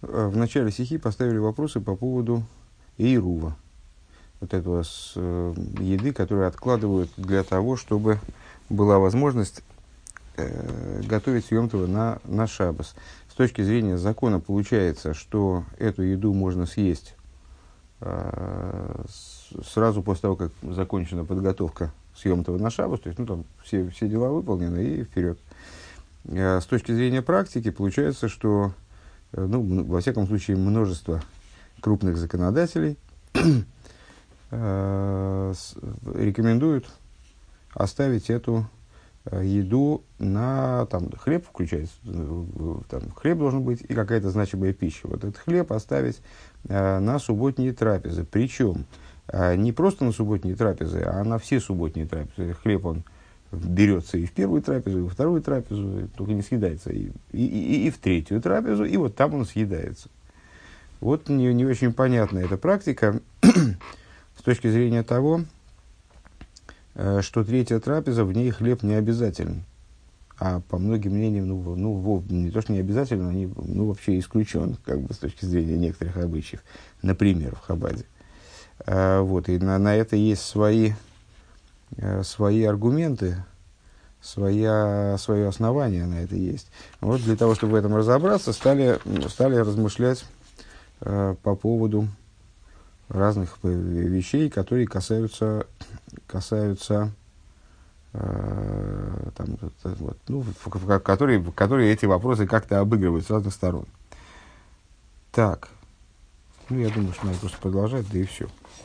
В начале стихи поставили вопросы по поводу эйрува, вот этого еды, которую откладывают для того, чтобы была возможность готовить съем Това на шаббос. С точки зрения закона получается, что эту еду можно съесть сразу после того, как закончена подготовка съем Това на шаббос, то есть там все дела выполнены и вперед. С точки зрения практики получается, что во всяком случае множество крупных законодателей рекомендуют оставить эту еду на хлеб, включается, хлеб должен быть и какая-то значимая пища. Вот этот хлеб оставить на субботние трапезы. Причем не просто на субботние трапезы, а на все субботние трапезы. Хлеб он берется и в первую трапезу, и во вторую трапезу, только не съедается, и в третью трапезу, и вот там он съедается. Вот не очень понятна эта практика с точки зрения того, что третья трапеза, в ней хлеб не обязателен. А по многим мнениям, не то, что не обязательно, они вообще исключен, с точки зрения некоторых обычаев, например, в Хабаде. И на это есть свои аргументы, свое основание на это есть. Вот для того, чтобы в этом разобраться, стали размышлять по поводу разных вещей, которые касаются которые эти вопросы как-то обыгрывают с разных сторон. Так, я думаю, что надо просто продолжать, да и все.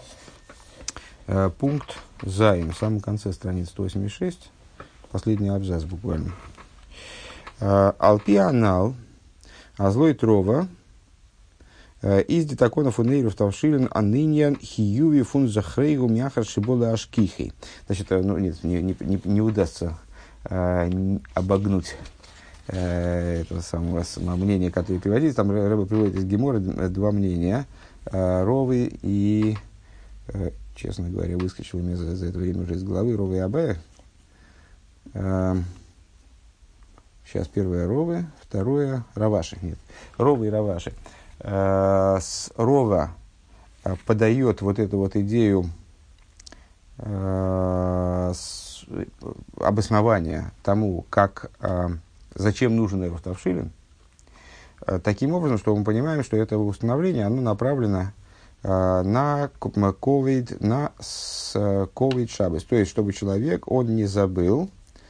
Пункт Зайн, в самом конце страницы 186, последний абзац буквально. Алпи анал, азлой трова, из детаконов унейров тавшилен аныньян хиюви фун захрейгу мяхар шибола ашкихи. Значит, не удастся обогнуть этого самого мнения, которое приводится. Там Рэбе приводит из Гемора два мнения. Ровы и, честно говоря, выскочил у меня за это время уже из головы, Ровы и Абая. Сейчас первое Ровы, второе Раваши. Нет, Ровы и Раваши. Рова подает вот эту вот идею обоснования тому, зачем нужен Эрев Тавшилин, таким образом, что мы понимаем, что это установление, оно направлено на ковид шаббос, то есть, чтобы человек, он не забыл,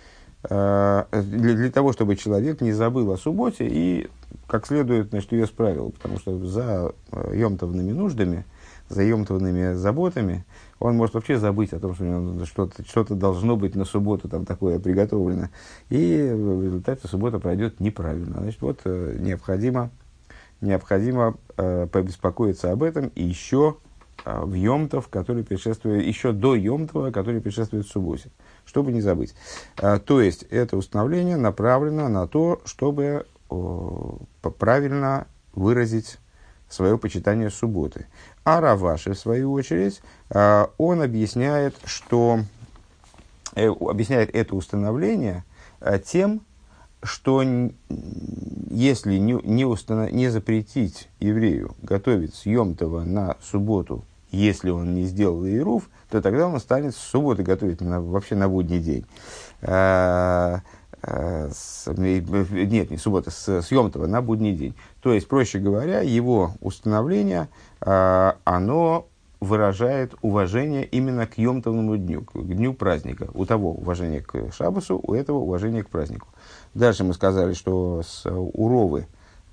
для того, чтобы человек не забыл о субботе и как следует, ее справил, потому что за йомтовными нуждами, за йомтовными заботами он может вообще забыть о том, что что-то должно быть на субботу там такое приготовлено, и в результате суббота пройдет неправильно. Значит, необходимо побеспокоиться об этом и еще в йомтов, который предшествует, еще до йомтова, который предшествует субботе, чтобы не забыть. То есть, это установление направлено на то, чтобы правильно выразить свое почитание субботы. А Раваши, в свою очередь, он объясняет это установление тем, что если не запретить еврею готовить съем Това на субботу, если он не сделал эйрув, то тогда он станет с субботы готовить вообще на будний день. Нет, не суббота, с съем Това на будний день. То есть, проще говоря, его установление, оно выражает уважение именно к йомтовному дню, к дню праздника. У того уважение к шаббосу, у этого уважение к празднику. Дальше мы сказали, что у Ровы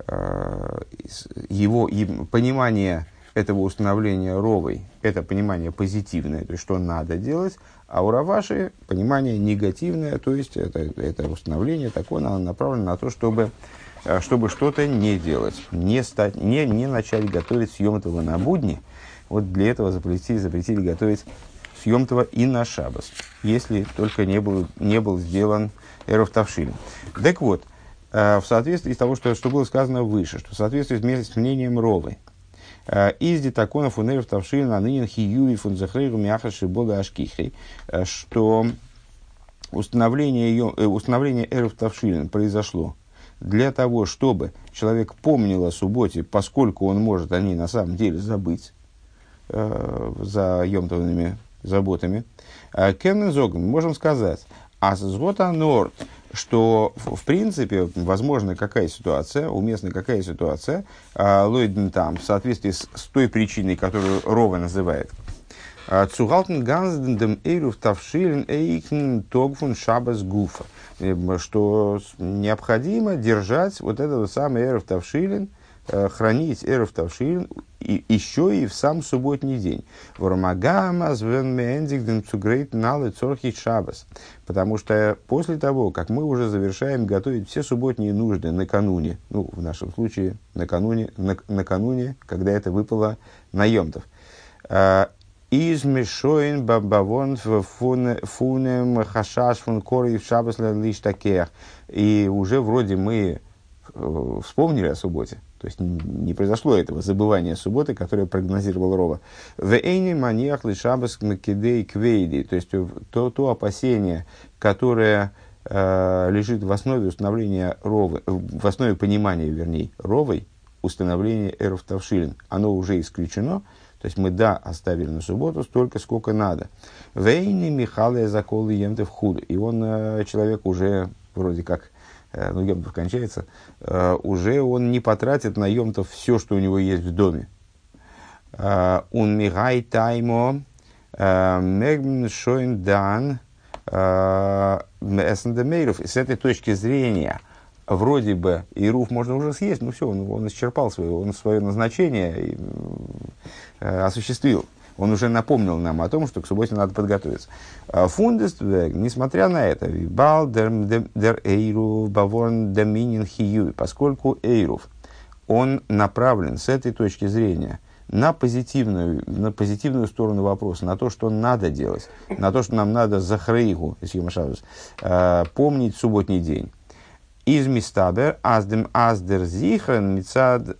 его понимание этого установления Ровой – это понимание позитивное, то есть, что надо делать, а у Раваши понимание негативное, то есть, это установление такое, оно направлено на то, чтобы что-то не делать, не начать готовить съем Това на будни. Вот для этого запретили готовить съем Това и на шаббос, если только не был сделан Эрев Тавшилин. Так вот, в соответствии с того, что было сказано выше, что в соответствии с мнением Ровы, из детаконов у Эрев Тавшилин анынин хиюи фун захрейгу мяхар шибола ашкихей, что установление Эрев Тавшилин произошло для того, чтобы человек помнил о субботе, поскольку он может о ней на самом деле забыть за йомтовыми заботами. Кеннезог, мы можем сказать, норд, что в принципе возможна какая ситуация, уместна какая ситуация, лойден там, в соответствии с той причиной, которую Рова называет. Цугалтен ганзден дем эйруф тавшилен эйкн тогфун шабас гуфа, что необходимо держать вот этот самый эйруф тавшилен, хранить эйруф тавшилен еще и в сам субботний день. Потому что после того, как мы уже завершаем готовить все субботние нужды накануне, ну, в нашем случае, накануне, когда это выпало на йомтов, из мешоин бабавон фунем хашаш фун кори в шабас лиш такех. И уже вроде мы вспомнили о субботе. То есть не произошло этого забывания субботы, которое прогнозировал Рова. Вэйни маниах лишабас накидей квейди. То есть то опасение, которое лежит в основе установления Ровы, в основе понимания, вернее, Ровой, установление эров тавшилин, оно уже исключено. То есть мы, оставили на субботу столько, сколько надо. Вейни Михалия заколы емтов худ. И он, человек уже вроде как, емтов кончается, уже он не потратит на емтов все, что у него есть в доме. Он мигай таймо мегн шоин дан эсендемейров. С этой точки зрения, вроде бы ируф можно уже съесть, но все, он исчерпал свое назначение, осуществил. Он уже напомнил нам о том, что к субботе надо подготовиться. Фундествег, несмотря на это, поскольку эйруф, он направлен с этой точки зрения на позитивную сторону вопроса, на то, что надо делать, на то, что нам надо захрейгу, помнить субботний день. Из мистабер аздер зихрен мицад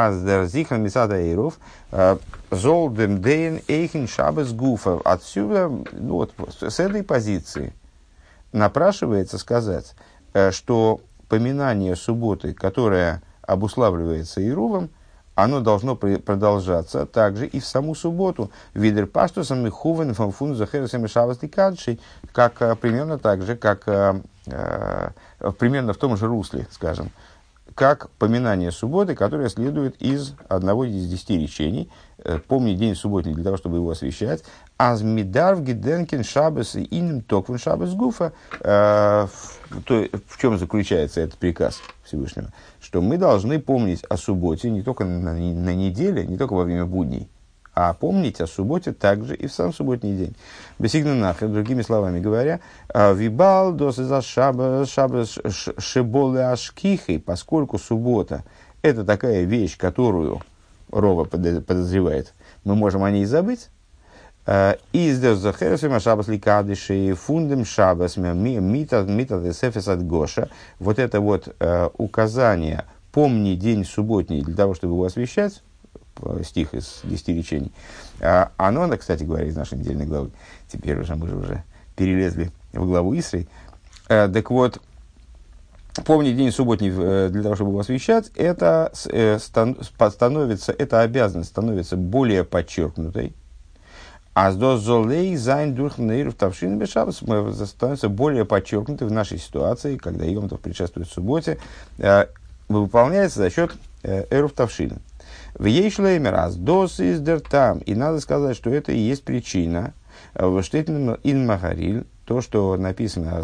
эйруф золдем дейн эйхен шабас гуфа. Отсюда, с этой позиции напрашивается сказать, что поминание субботы, которое обуславливается Ирувом, оно должно продолжаться также и в саму субботу. Видер паштусом и хувен фанфун захерсами шабас ликадши, как примерно так же, как примерно в том же русле, скажем, как поминание субботы, которое следует из одного из 10 речений. Помни день субботний для того, чтобы его освящать. Азмидарв гиденкин шабас и инем токвен шабас гуфа. В чем заключается этот приказ Всевышнего? Что мы должны помнить о субботе не только на неделе, не только во время будней, а помнить о субботе также и в сам субботний день. Бесигнанах, другими словами говоря, вибал дос за шабас шеболы ашкихой, поскольку суббота – это такая вещь, которую Рова подозревает, мы можем о ней забыть. Из дезахерсима шабас ликадыши фундем шабас митад эсэфэс от гоша. Вот это вот указание «помни день субботний» для того, чтобы его освящать, стих из 10 речений, оно, кстати говоря, из нашей недельной главы, теперь уже мы уже перелезли в главу Исрей. Так вот, помни день субботний для того, чтобы его освящать, эта обязанность становится более подчеркнутой. А сдозолей зайн дурхнейров тавшин бешабас становится более подчеркнутой в нашей ситуации, когда йомтов предшествует субботе, выполняется за счет эров тавшин. В ейшлеймер аздос издер там. И надо сказать, что это и есть причина. В штетном ин магариль, то, что написано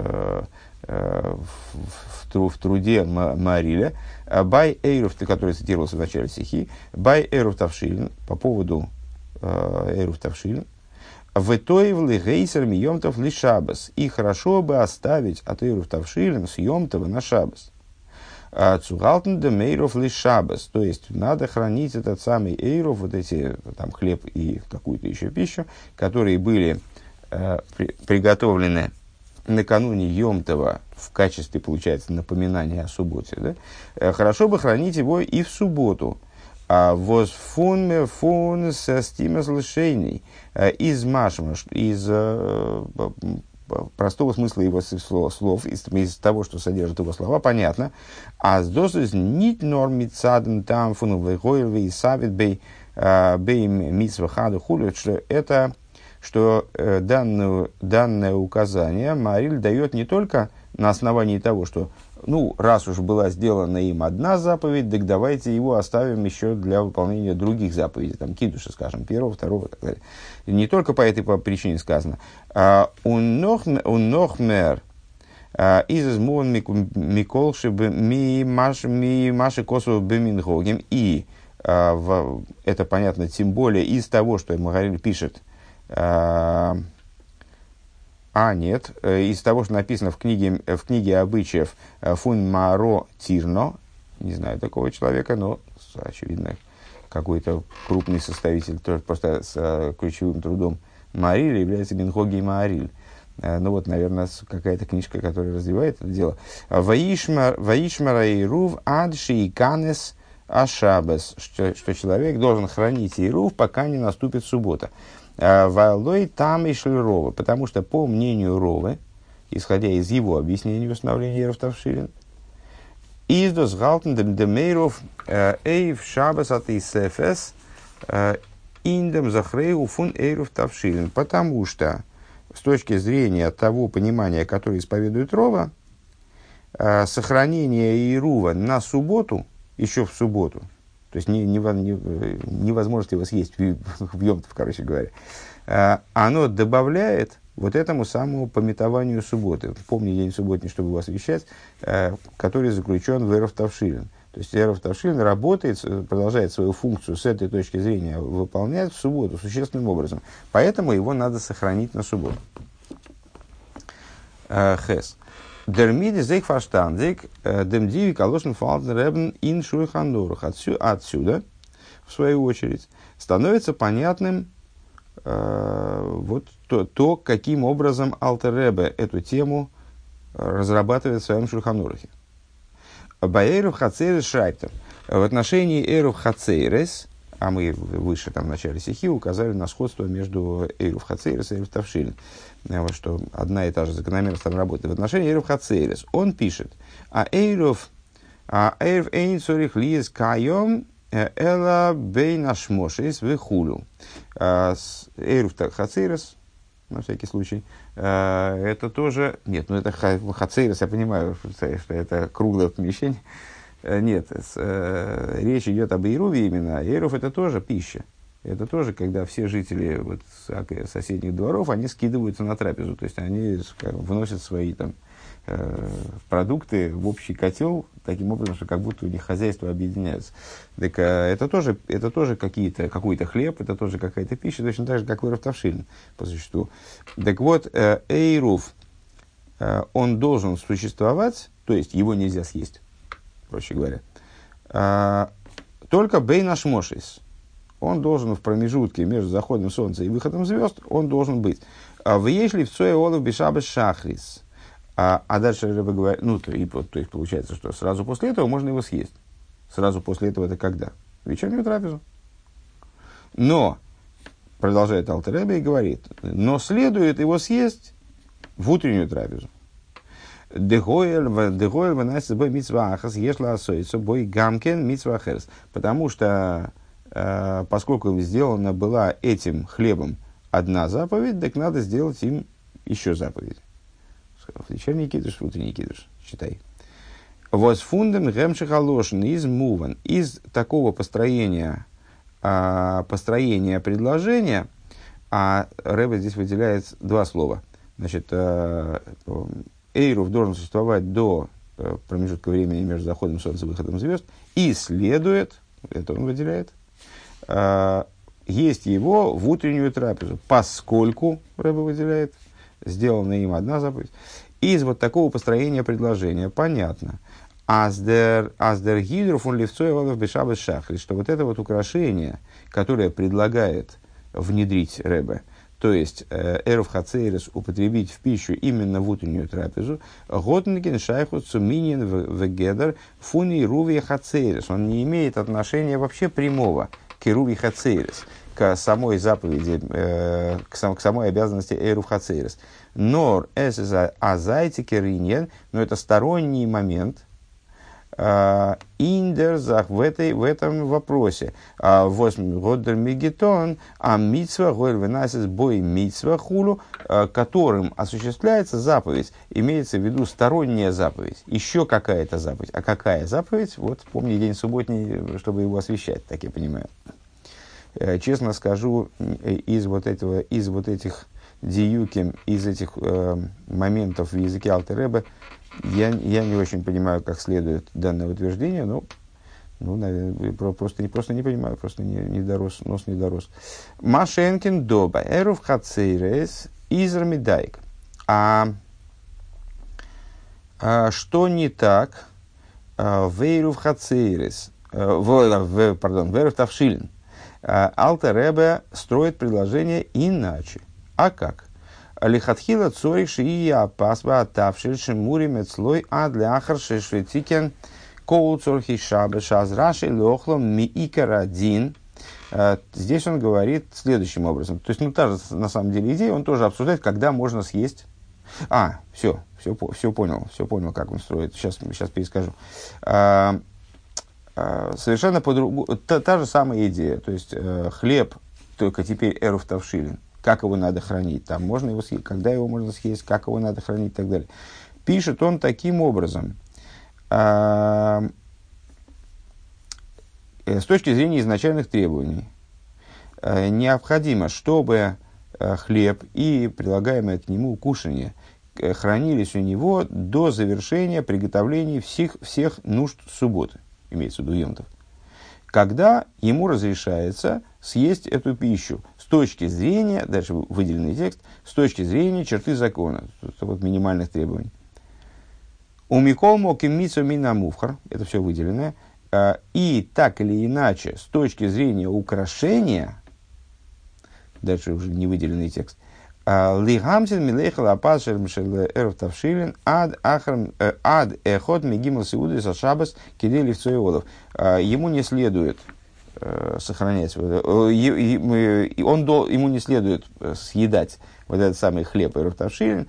в труде Мариля, бай эйруф, который цитировался в начале стихи, бай эйруф тавшилин, по поводу эйруф тавшилин, в итоевлы гейсерми йомтов ли шабас. И хорошо бы оставить от эйруф тавшилин с йомтова на шабас. Цугалтен де мейров ли шабас, то есть надо хранить этот самый эйров, вот эти там хлеб и какую-то еще пищу, которые были приготовлены накануне Йом-Това в качестве, получается, напоминания о субботе. Да? Хорошо бы хранить его и в субботу. Воз фун со стимас лишейный из машма, из простого смысла его слов, из того, что содержит его слова, понятно. А с досыс нит нормицаден там фунувейгойрвей савит бей митсвахаду хулю, что это, что данное указание Маариль дает не только на основании того, что, ну, раз уж была сделана им одна заповедь, так давайте его оставим еще для выполнения других заповедей, там, кидуша, скажем, первого, второго и так далее. И не только по этой причине сказано. «Уннохмер измон миколши ми маши косу бемингогим». И это понятно, тем более из того, что Магариль пишет, нет, из того, что написано в книге обычаев «Фун Маро Тирно», не знаю такого человека, но, очевидно, какой-то крупный составитель, тоже просто с ключевым трудом Маариль является Минхоги Маариль. Ну вот, наверное, какая-то книжка, которая развивает это дело. «Ваишмара Ирув адши и канес ашабес», что человек должен хранить Ирув, пока не наступит суббота. Валой там и шлерова, потому что, по мнению Ровы, исходя из его объяснения установления Эрев Тавшилин, издос галтен демейров эйв шабас от исефес индем захрейу фун Эрев Тавшилин, потому что, с точки зрения того понимания, которое исповедует Рова, сохранение Ирува на субботу, еще в субботу, то есть невозможность его съесть в Йом-Тов, короче говоря, оно добавляет вот этому самому пометованию субботы. Помни день субботний, чтобы его освещать, который заключен в Эрев Тавшилин. То есть Эрев Тавшилин работает, продолжает свою функцию с этой точки зрения выполнять в субботу существенным образом. Поэтому его надо сохранить на субботу. Хес. Дермиди зейх фаштандик демдиви калошн фалден ребн ин шульханорах. Отсюда, в свою очередь, становится понятным вот то, каким образом Алтер Ребе эту тему разрабатывает в своем шульханорахе. Баэров Хацейрес Шрайптер. В отношении Эров Хацейрес, а мы выше там в начале стихи указали на сходство между Эров Хацейрес и Эров Тавшилин, что одна и та же закономерность там работает. В отношении Эров Хацейрес он пишет: Эров эйн цорих лиес кайом эла бейнашмошис вехулю. Эров Хацейрес, на всякий случай, это тоже... Нет, ну это Хацейрес, я понимаю, что это круглое помещение. Нет, речь идет об Эруве именно. Эров это тоже пища. Это тоже, когда все жители вот, соседних дворов, они скидываются на трапезу. То есть они вносят свои там, продукты в общий котел, таким образом, что как будто у них хозяйство объединяется. Так это тоже какой-то хлеб, это тоже какая-то пища, точно так же, как Эрев Тавшилин, по существу. Так вот, Эйрув, он должен существовать, то есть его нельзя съесть, проще говоря, только бейнаш мошис. Он должен в промежутке между заходом солнца и выходом звезд, он должен быть. В ешли в цое олов бешабес шахрис. А дальше Ребе говорит, то есть получается, что сразу после этого можно его съесть. Сразу после этого это когда? Вечернюю трапезу. Но, продолжает Алтер Ребе и говорит, но следует его съесть в утреннюю трапезу. Потому что, поскольку сделана была этим хлебом одна заповедь, так надо сделать им еще заповедь. Вечерний кидуш, утренний кидуш, считай. Восфундем гемшихалошн из муван. Из такого построения предложения, Ребе здесь выделяет два слова. Значит, Эйрув должен существовать до промежутка времени между заходом солнца и выходом звезд, и следует, это он выделяет, есть его в утреннюю трапезу, поскольку, Ребе выделяет, сделана им одна заповедь. Из вот такого построения предложения понятно. Аздер гидров он левцой бешабес шахрис, что вот это вот украшение, которое предлагает внедрить Ребе, то есть Эрев Хацейрес употребить в пищу именно в утреннюю трапезу, Готнген шайхут суминин вегедер фуни руви Хацейрес. Он не имеет отношения вообще прямого к Ируви Хацейрес. к самой заповеди, к самой обязанности эйрув хацейрес. Нор эс азайтике риньен, но это сторонний момент, индерзах в этом вопросе. Восьмой годер мигетон, а митсва гойль вынасис бой митсва хулу, которым осуществляется заповедь. Имеется в виду сторонняя заповедь. Еще какая-то заповедь. А какая заповедь? Вот помни день субботний, чтобы его освещать, так я понимаю. Честно скажу, из этих диюким, из этих моментов в языке Алтер Ребе, я не очень понимаю, как следует данное утверждение, но наверное, просто не понимаю, просто нос не дорос. Машенкин доба, эрув хацейрес, израмидайк. Что не так в эрув хацейрес, в эрув тавшилин? Алтер Ребе строит предложение иначе. А как? Лихатхила цорих шия пасва атавшиль шимури мецлой адляхар шешлитикен коу цорхи шабе шазраши лохлом миикарадин. Здесь он говорит следующим образом. То есть, та же на самом деле идея, он тоже обсуждает, когда можно съесть. Все понял, как он строит. Сейчас перескажу. Совершенно по-другому. Та же самая идея. То есть, хлеб, только теперь эрув тавшилин. Как его надо хранить, там можно его съесть, когда его можно съесть, как его надо хранить и так далее. Пишет он таким образом. С точки зрения изначальных требований, необходимо, чтобы хлеб и прилагаемое к нему кушанье хранились у него до завершения приготовления всех нужд субботы, имеется в виду йом тов, когда ему разрешается съесть эту пищу с точки зрения, дальше выделенный текст, с точки зрения черты закона, вот минимальных требований. У Микол Мокимицу Минамувхар, это все выделенное, и так или иначе, с точки зрения украшения, дальше уже не выделенный текст, Лигамсин Милейхал Апашер Мшел Эрв Тавшилин ад эхот мигимал сеуды сашабас кидели в цоиолов. Ему не следует сохранять, ему не следует съедать вот этот самый хлеб Эрв Тавшилин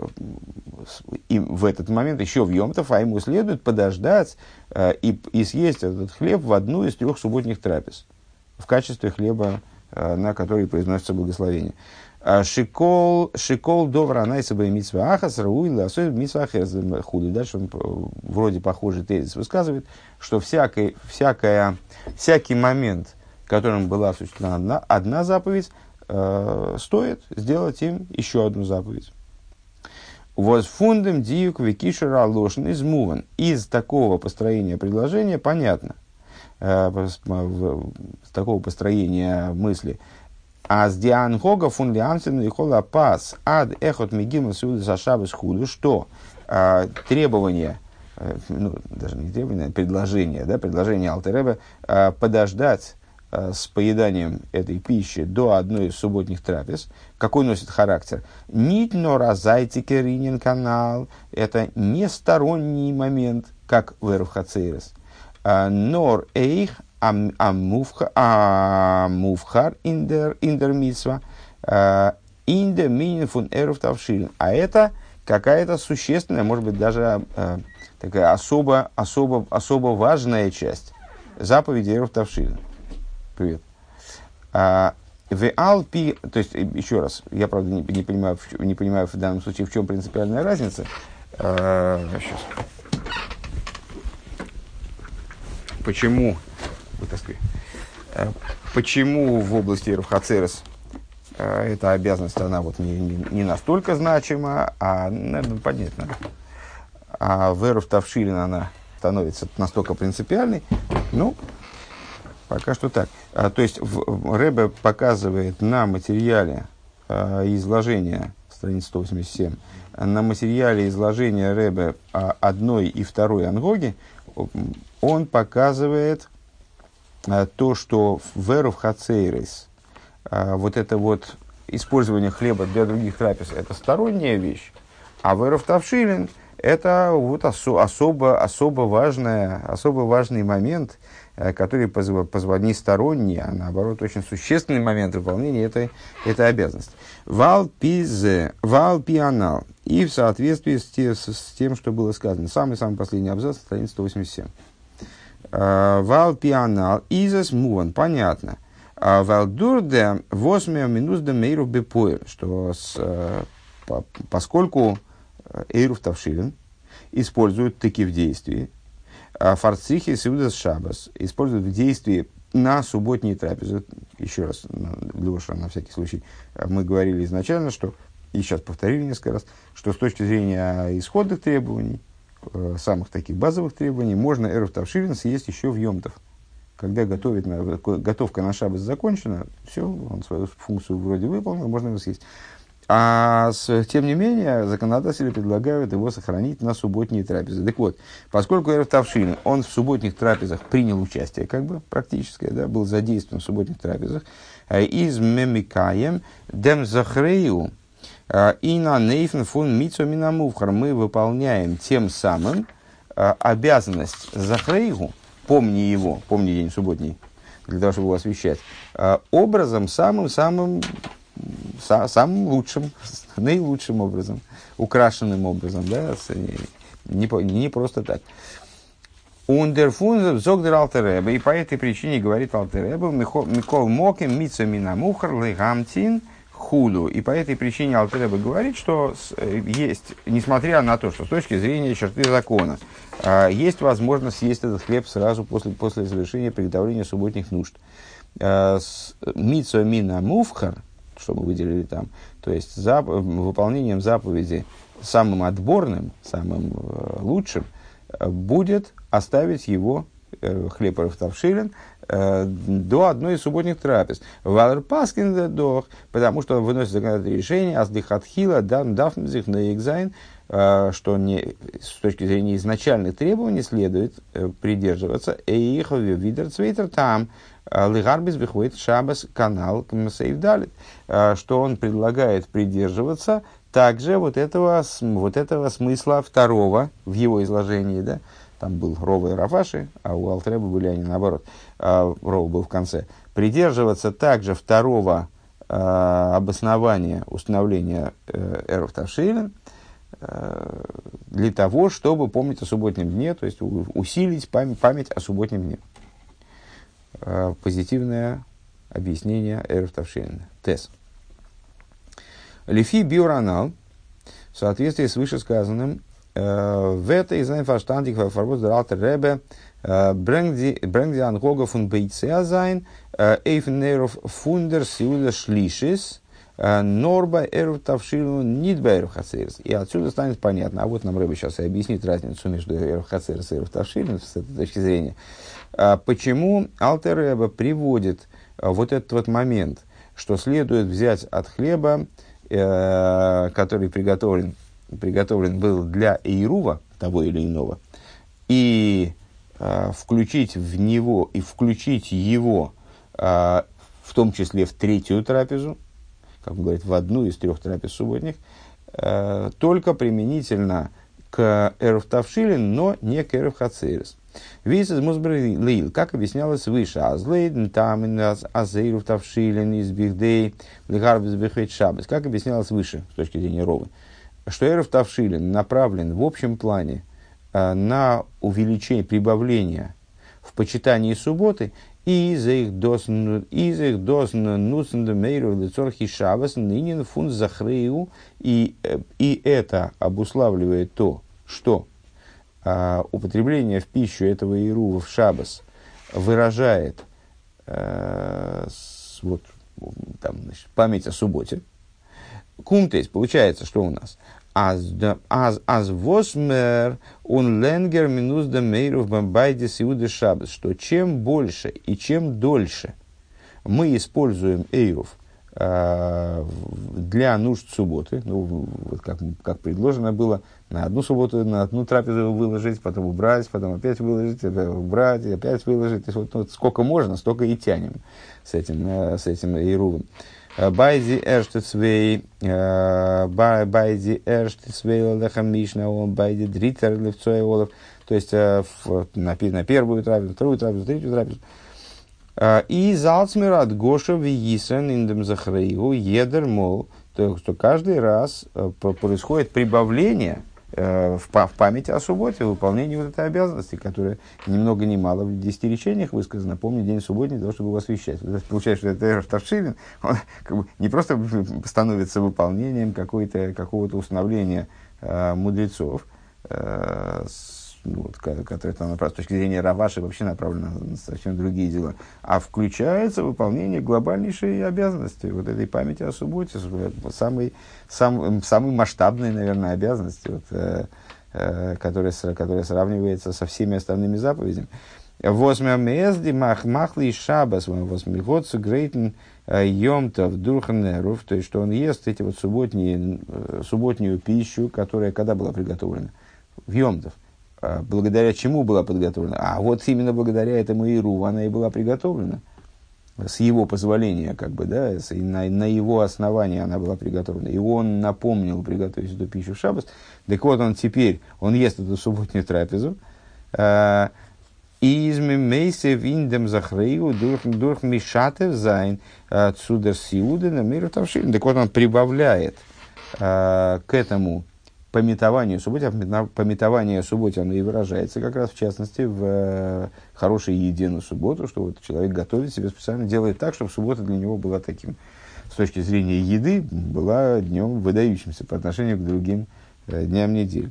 и в этот момент еще в йом тов, а ему следует подождать и съесть этот хлеб в одну из 3 субботних трапез в качестве хлеба, на который произносится благословение. Шикол довра анайса бай митсва ахас рауила асой митсва ахес худы. Дальше он вроде похожий тезис высказывает, что всякий момент, которым была осуществлена одна заповедь, стоит сделать им еще одну заповедь. Воз фундам диюк викишера лошен из муван. Из такого построения предложения понятно, с такого построения мысли. А с диангога фун лиамсен и хола пас ад эхот мигимал сюда сашабы схуду, что требование, даже не требование, а предложение Алтер Ребе подождать с поеданием этой пищи до одной из субботних трапез, какой носит характер? Нит норазайтике ринен канал, это не сторонний момент, как в эрв хацейрес, нор эйх мувхар индер митсва индер минин фун эрв тавшилин. А это какая-то существенная, может быть, даже такая особо важная часть заповеди эрв тавшилин. Привет. То есть, еще раз, я, правда, не понимаю в данном случае, в чем принципиальная разница. Сейчас. Почему в области эрв хацейрес эта обязанность, она вот не настолько значима, а, наверное, поднять надо. А в эрв тавшилин она становится настолько принципиальной, пока что так. То есть Ребе показывает на материале изложения, страница 187, на материале изложения Ребе одной и второй ангоги, он показывает то, что в эров хацейрес вот это вот использование хлеба для других трапез – это сторонняя вещь, а в эров тавшилин – это вот особо важный момент, который не сторонний, а наоборот очень существенный момент выполнения этой обязанности. Валпианал. И в соответствии с тем, что было сказано. Самый последний абзац, страница 187. Валпианал. Изас муван. Понятно. Валдурде 8 минус де мейру бепоэр. Что поскольку эйрув тавшилин используют таки в действии, фарцихи сиудас шабас используют в действии на субботние трапезы. Еще раз, Леша, на всякий случай, мы говорили изначально, что, и сейчас повторили несколько раз, что с точки зрения исходных требований, самых таких базовых требований, можно эйрув тавшилин съесть еще в йом тов. Когда готовка на шаббат закончена, все, он свою функцию вроде выполнил, можно его съесть. Тем не менее, законодатели предлагают его сохранить на субботние трапезы. Так вот, поскольку эйрув тавшилин, он в субботних трапезах принял участие, как бы практическое, да, был задействован в субботних трапезах, из мемикаем дем захрею и на нейфен фун митсо минамувхар, мы выполняем тем самым обязанность захрею, помни день субботний, для того, чтобы его освещать, образом самым лучшим, наилучшим образом, украшенным образом, да, не просто так. Ундерфун зогдер Алтеребе, и по этой причине говорит Алтеребе, Микол Мокем Митса Минамухар Легамтин Худу. И по этой причине Алтеребе говорит, что есть, несмотря на то, что с точки зрения черты закона, есть возможность съесть этот хлеб сразу после завершения приготовления субботних нужд. Митса Минамухар, что мы выделили там, то есть выполнением заповеди самым отборным, самым лучшим, будет оставить его, хлеб эйрув тавшилин, до одной из субботних трапез. Валер Паскин дох, потому что он выносит законодательное решение, аздихатхила дафмзих на экзайн, что с точки зрения изначальных требований следует придерживаться эйхове видер цвейтер там, лигарбис бихвейт шабас канал кмсейвдалит, что он предлагает придерживаться также вот этого смысла второго в его изложении, да. Там был Рова и Рафаши, а у Алтереба были они наоборот. Рова был в конце. Придерживаться также второго обоснования установления эйрув тавшилин для того, чтобы помнить о субботнем дне, то есть усилить память о субботнем дне. Позитивное объяснение эйрув тавшилин. Тес. Лифи биоранал, в соответствии с вышесказанным, в этой Зайнфаштандик Фарбус Далтер Ребе Брэнгди Ангога фун Бейцеа Зайн Эйфнеров Фундер Сиуда Шлишис Норба Эйрув Тавшилу Нидба Эйрув Хацерс. И отсюда станет понятно. А вот нам Ребе сейчас и объяснит разницу между Эйрув Хацерс и Эйрув Тавшилу с этой точки зрения. Почему Алтер Ребе приводит вот этот вот момент, что следует взять от хлеба, который приготовлен был для эйрува, того или иного, и включить в него, и включить его, в том числе в третью трапезу, как он говорит, в одну из трех трапез субботних, только применительно к эйрув тавшилин, но не к эйрув хацерес. Вис из Мусбри Лейл, как объяснялось выше, азлейден там азейрув тавшилин из бихдей лигарбис бихвейт шаббес, как объяснялось выше с точки зрения Ровы, что эйрув тавшилин направлен в общем плане на увеличение, прибавление в почитании субботы, и из их досн нуцен мейру лицорхи шабас нынен фун захрею, и это обуславливает то, что употребление в пищу этого эйрува в шабас выражает память о субботе. Кумтейс, получается, что у нас? Аз восмер он ленгер минус да мейров бамбайде сиуды шаббас, что чем больше и чем дольше мы используем эйрув для нужд субботы, вот как предложено было, на одну субботу, на одну трапезу выложить, потом убрать, потом опять выложить, убрать, опять выложить. То есть, вот сколько можно, столько и тянем с этим эйрувом. Байди эрштецвей, байди эрштецвей лехам мишна, байди дритер левцой олов. То есть на первую трапезу, вторую трапезу, третью трапезу. И залцмират Гоша виисен индем захраигу едер мол, то что каждый раз происходит прибавление в памяти о субботе, в выполнении вот этой обязанности, которая ни много ни мало в 10 речениях высказана. Помни день субботний для того, чтобы его освещать. Получается, что это Эрев Тавшилин, он как бы не просто становится выполнением какого-то установления мудрецов, которое там, с точки зрения Раваши вообще направлено на совсем другие дела, а включается выполнение глобальнейшей обязанности, вот этой памяти о субботе, самой масштабной, наверное, обязанности, которая сравнивается со всеми остальными заповедями. Возьмемезди махмахли шабас, возьмегодцу грейтен йомтов дурханеров, то есть, что он ест эти вот субботнюю пищу, которая когда была приготовлена? В йомтов. Благодаря чему была подготовлена? А вот именно благодаря этому Иру она и была приготовлена. С его позволения, как бы, да, на его основании она была приготовлена. И он напомнил приготовить эту пищу в шаббат. Так вот, он ест эту субботнюю трапезу. Изми мейсе виндем захрейгу дурх мишатев зайн цудер сиуды на миру тавшин. Так вот, он прибавляет к этому пометованию субботе, пометование субботе, оно и выражается как раз, в частности, в хорошей еде на субботу, что вот человек готовит себе специально, делает так, чтобы суббота для него была таким, с точки зрения еды, была днем выдающимся по отношению к другим дням недели.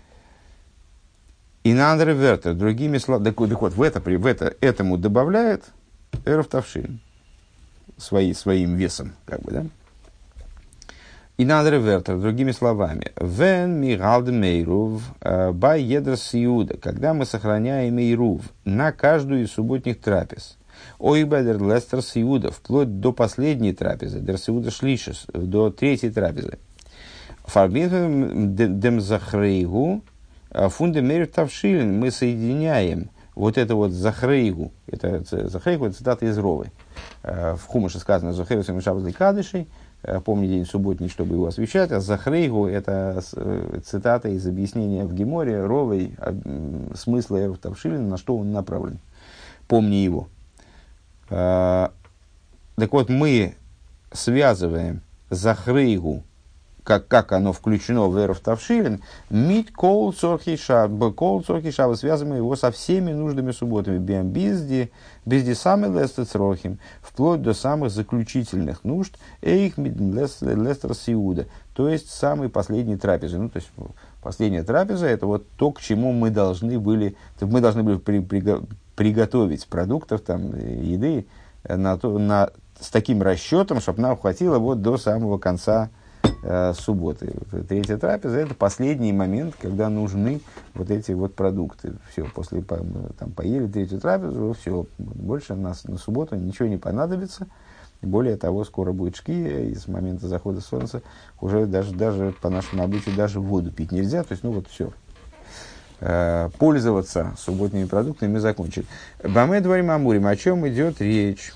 И на андервертер, другими словами, так вот, этому добавляет Эрев Тавшилин своим весом, как бы, да? И надо вертер, другими словами, вен мигалд мейрув бай едр сиуда, когда мы сохраняем мейрув на каждую из субботних трапез, ой бедер лестер сиуда, вплоть до последней трапезы, дер сиуда шлишес, до третьей трапезы. Фарбин дем захрейгу фунде мейрув тавшилин, мы соединяем вот это вот захрейгу, это цитата из Ровы. В Хумаше сказано «Захрейгу сем шаббат ликадышей», помни день субботний, чтобы его освещать, а захрейгу – это цитата из объяснения в Геморе Ровой смысла Эрев Тавшилин, на что он направлен. Помни его. Так вот, мы связываем захрейгу, как оно включено в Эрев Тавшилин, мит кол цорхи шаба, связываем его со всеми нужными субботами, безди самый лестер црохим, вплоть до самых заключительных нужд, эйх лестер сиуда, то есть самой последней трапезы. Ну, то есть последняя трапеза – это вот то, к чему мы должны были приготовить продуктов, там, еды с таким расчетом, чтобы нам хватило вот до самого конца субботы. Третья трапеза – это последний момент, когда нужны вот эти вот продукты. Все, после там, поели третью трапезу, все, больше на субботу ничего не понадобится. Более того, скоро будет шкия, и с момента захода солнца уже даже по нашему обычаю даже воду пить нельзя. То есть, ну вот все. Пользоваться субботними продуктами мы закончили. Баме дворим амурим. О чем идет речь?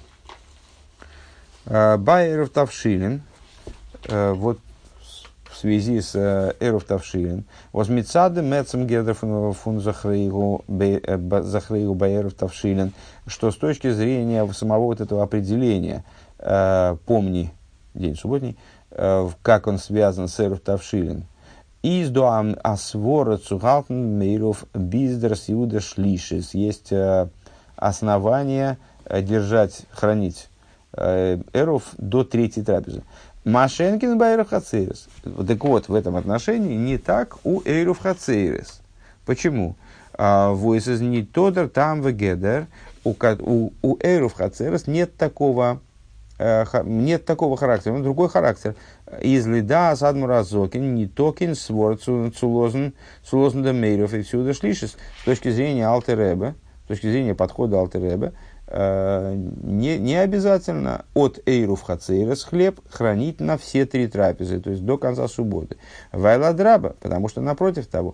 Байеров Тавшилин. Вот в связи с Эрев Тавшилин, возмицады мецем гедер фун захрейгу байерев Тавшилин, что с точки зрения самого вот этого определения, помни день субботний, как он связан с Эрев Тавшилин, из доам асвора цугалтен мейров биздер сиуда шлишис, есть основания хранить Эрев до третьей трапезы. Машенкин байров хацейрес. Так вот, в этом отношении не так у эйров хацейрес. Почему? Войс из не тодер там вегедер. У эйров хацейрес нет такого характера, другой характер. Из лида садмуразокин не токин свор цулозен демейров и всюду шлишес. С точки зрения Алтеребе, с точки зрения подхода Алтеребе, не обязательно от эйрув хацейрес хлеб хранить на все три трапезы, то есть до конца субботы. Вайла драба, потому что напротив того,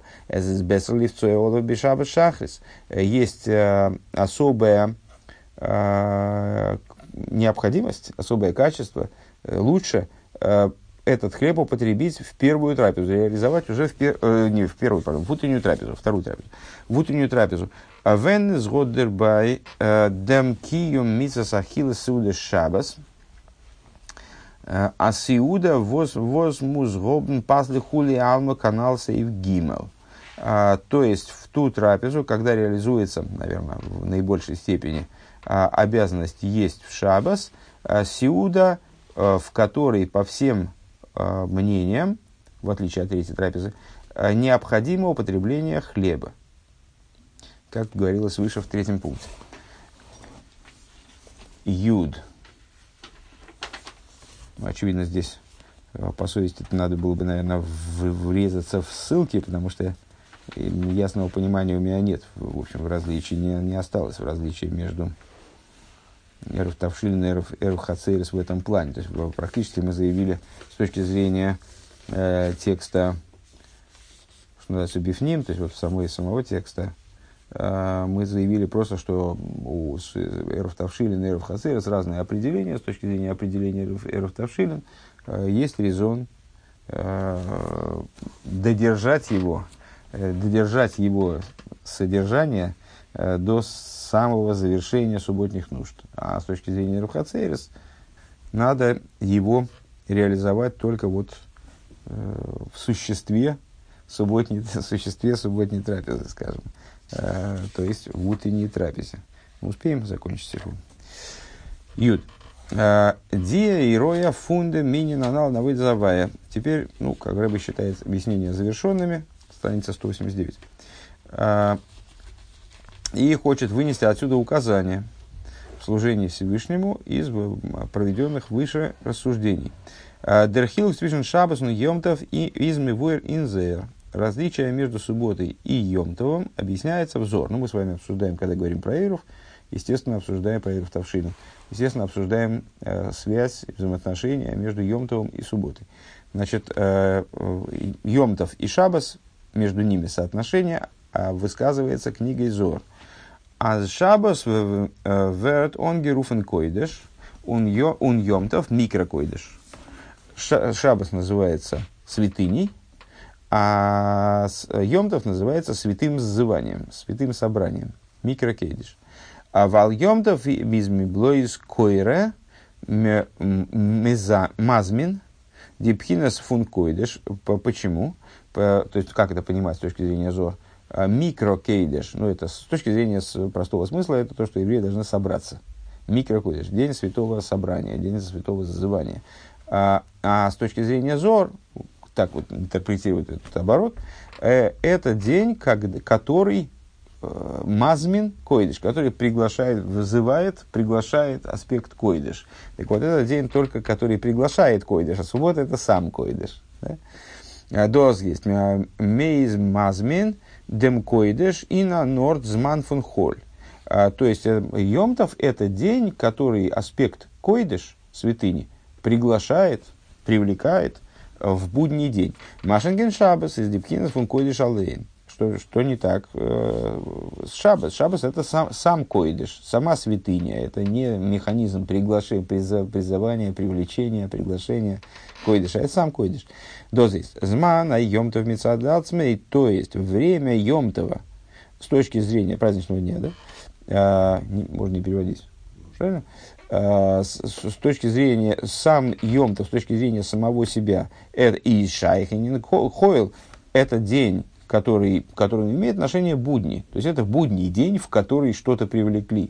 есть особая необходимость, особое качество, лучше этот хлеб употребить в первую трапезу, реализовать уже не в первую, пардон, в утреннюю трапезу, вторую трапезу. В утреннюю трапезу. Вен сгодербай дем киюм митсас ахиллес суда шабас, а сиуда воз музгобн пасли хули алма канал сейв гимел. То есть в ту трапезу, когда реализуется, наверное, в наибольшей степени обязанность есть в шабас, сиуда, в которой по всем мнениям, в отличие от третьей трапезы, необходимо употребление хлеба, как говорилось выше в третьем пункте. Юд. Очевидно, здесь по совести надо было бы, наверное, врезаться в ссылки, потому что ясного понимания у меня нет. В общем, в различии не осталось, в различии между Эрев Тавшилин и Эрев Хацерес в этом плане. То есть, практически мы заявили с точки зрения текста, что называется, бифним, то есть, вот самого текста, мы заявили просто, что у Эрев Тавшилин и Эрев Хацерес разные определения. С точки зрения определения Эрев Тавшилин есть резон додержать его содержание до самого завершения субботних нужд. А с точки зрения Эрев Хацерес надо его реализовать только вот в существе субботней трапезы, скажем. То есть в утренней трапезе. Мы успеем закончить стихом. Юд. Диа и роя фунде минин анал навыд завая. Теперь, как Рэбе считает объяснения завершенными, страница 189. И хочет вынести отсюда указания в служении Всевышнему из проведенных выше рассуждений. Дерхилк свишен шабас ну йомтов и из мивуэр инзер. Различие между субботой и йомтовым объясняется взор. Мы с вами обсуждаем, когда говорим про Эрев, естественно, обсуждаем про Эрев Тавшилин. Естественно, обсуждаем связь, взаимоотношения между йомтовым и субботой. Значит, йомтов и шабас, между ними соотношение высказывается книгой Зор. А шабас верт он геруфен койдеш, он йомтов микрокойдеш. Шабас называется святыней, а йомтов называется святым сзыванием, святым собранием, микрокейдеш. А вал йомтов мизми блоис койре мазмин дипхинас фун койдеш. Почему? То есть, как это понимать с точки зрения Зор? Микрокейдеш, это с точки зрения простого смысла, это то, что евреи должны собраться. Микрокейдеш, день святого собрания, день святого зазывания. А с точки зрения Зор, так вот интерпретирует этот оборот, это день, который мазмин койдеш, который приглашает аспект койдеш. Так вот, это день только, который приглашает койдеш, а суббота это сам койдеш. Доз есть мейз мазмин дем койдеш и на норд зман фун холь. То есть йомтов это день, который аспект койдеш, святыни, приглашает, привлекает в будний день. Машенген шабас из дипхинас фун койдеш алейн. Что не так с шабас? Шабас это сам койдеш, сама святыня. Это не механизм приглашения, призывания, привлечения, приглашения койдеша. Это сам койдеш. Дозис. Зман а йомтов мицадалцмей, то есть время йомтова с точки зрения праздничного дня, да? Можно не переводить. Правильно? С точки зрения сам йомтов, с точки зрения самого себя, это и шайхинин хойл, это день, который имеет отношение к будни. То есть это будний день, в который что-то привлекли.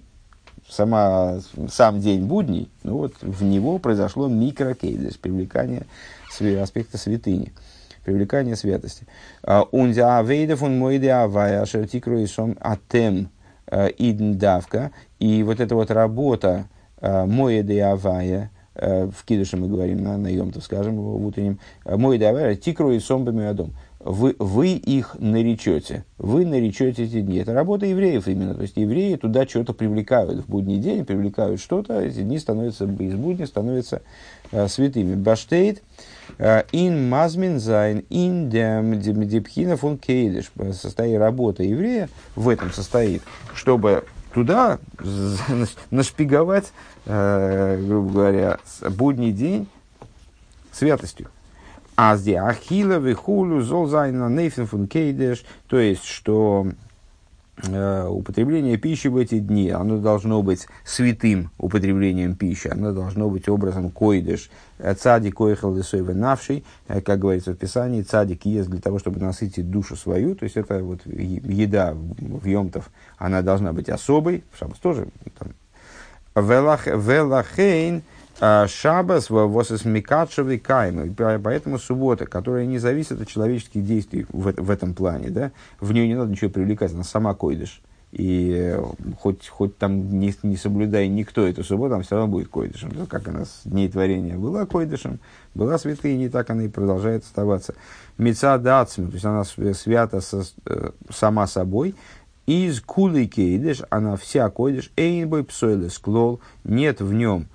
Сам день будний, в него произошло микрокейдес, привлекание аспекта святыни, привлекание святости. Унзя авейдов он мойде авая шертикро и сом атем идндавка. И вот эта вот работа мойде авая, в кидуше мы говорим на йомтов, скажем, в утреннем, мойде авая тикро и сом бамиадом. Вы их наречете. Вы наречете эти дни. Это работа евреев именно. То есть евреи туда что-то привлекают в будний день, привлекают что-то. Эти дни становятся из будни, становятся святыми. Баштейт ин мазмин зайн ин дипхина фун кейдеш. Состоит работа еврея в этом состоит, чтобы туда нашпиговать, грубо говоря, будний день святостью. А здесь ахила вихулю золзайна нейфен фун кейдеш, то есть, что употребление пищи в эти дни, оно должно быть святым употреблением пищи, оно должно быть образом койдеш. Цадик ойхал лисойве навший, как говорится в Писании, цадик ест для того, чтобы насытить душу свою, то есть это вот еда в йомтов, она должна быть особой, в шаббас тоже. Велахейн шаббас восес микатшевый кайм, поэтому суббота, которая не зависит от человеческих действий в этом плане, да, в нее не надо ничего привлекать, она сама койдыш. И хоть там не соблюдая никто эту субботу, там все равно будет койдышем. Как она с дней творения была койдышем, была святыней, так она и продолжает оставаться. Мица дацми, то есть она свята сама собой. Из кулы кейдыш, она вся койдыш, эйнбой псойлес клол, нет в нем,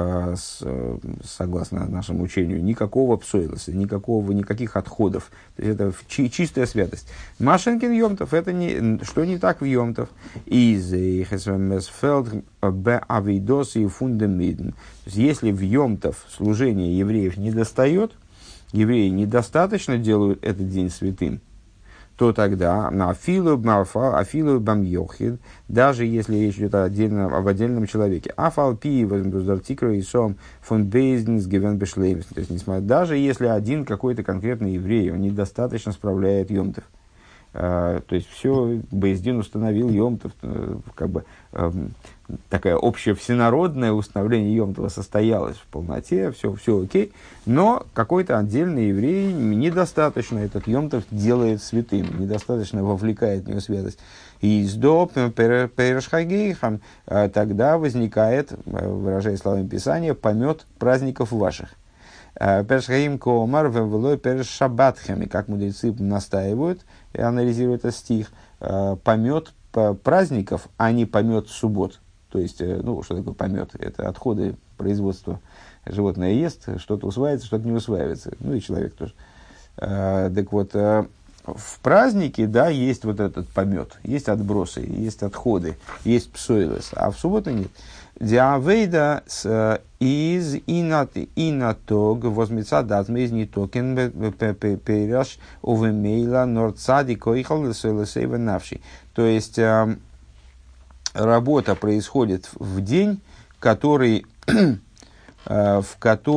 согласно нашему учению, никакого псойлеса, никаких отходов. То есть это чистая святость. Машенкин йомтов, это что не так в йомтов. Из хесвемесфелд б авидос и фундамиден. Если в йомтов служение евреев не достает, евреи недостаточно делают этот день святым, то тогда на афилу бам-йохид, даже если речь идет об отдельном человеке, афалпи воздартикра и сом фон бейзнс гивен бешлеймс, то есть несмотря, даже если один какой-то конкретный еврей, он недостаточно справляет йомтов, то есть все, Бейздин установил йомтов, как бы такая общее всенародное установление йомтова состоялось в полноте, все окей, но какой-то отдельный еврей недостаточно этот йомтов делает святым, недостаточно вовлекает в него святость. И издоп перешхагейхам, тогда возникает, выражаясь словами Писания, помет праздников ваших. Першхаим коомар вевелой першабатхами, как мудрецы настаивают и анализируют этот стих, помет праздников, а не помет суббот. То есть, что такое помет? Это отходы производства. Животное ест, что-то усваивается, что-то не усваивается. Ну и человек тоже. Так вот, в празднике, да, есть вот этот помет, есть отбросы, есть отходы, есть псойлес, а в субботу нет. Диавейда из инатог возмеца датме из нитокен переш увемейла норцади коихал лесойлесейва навший. То есть, работа происходит в день, который с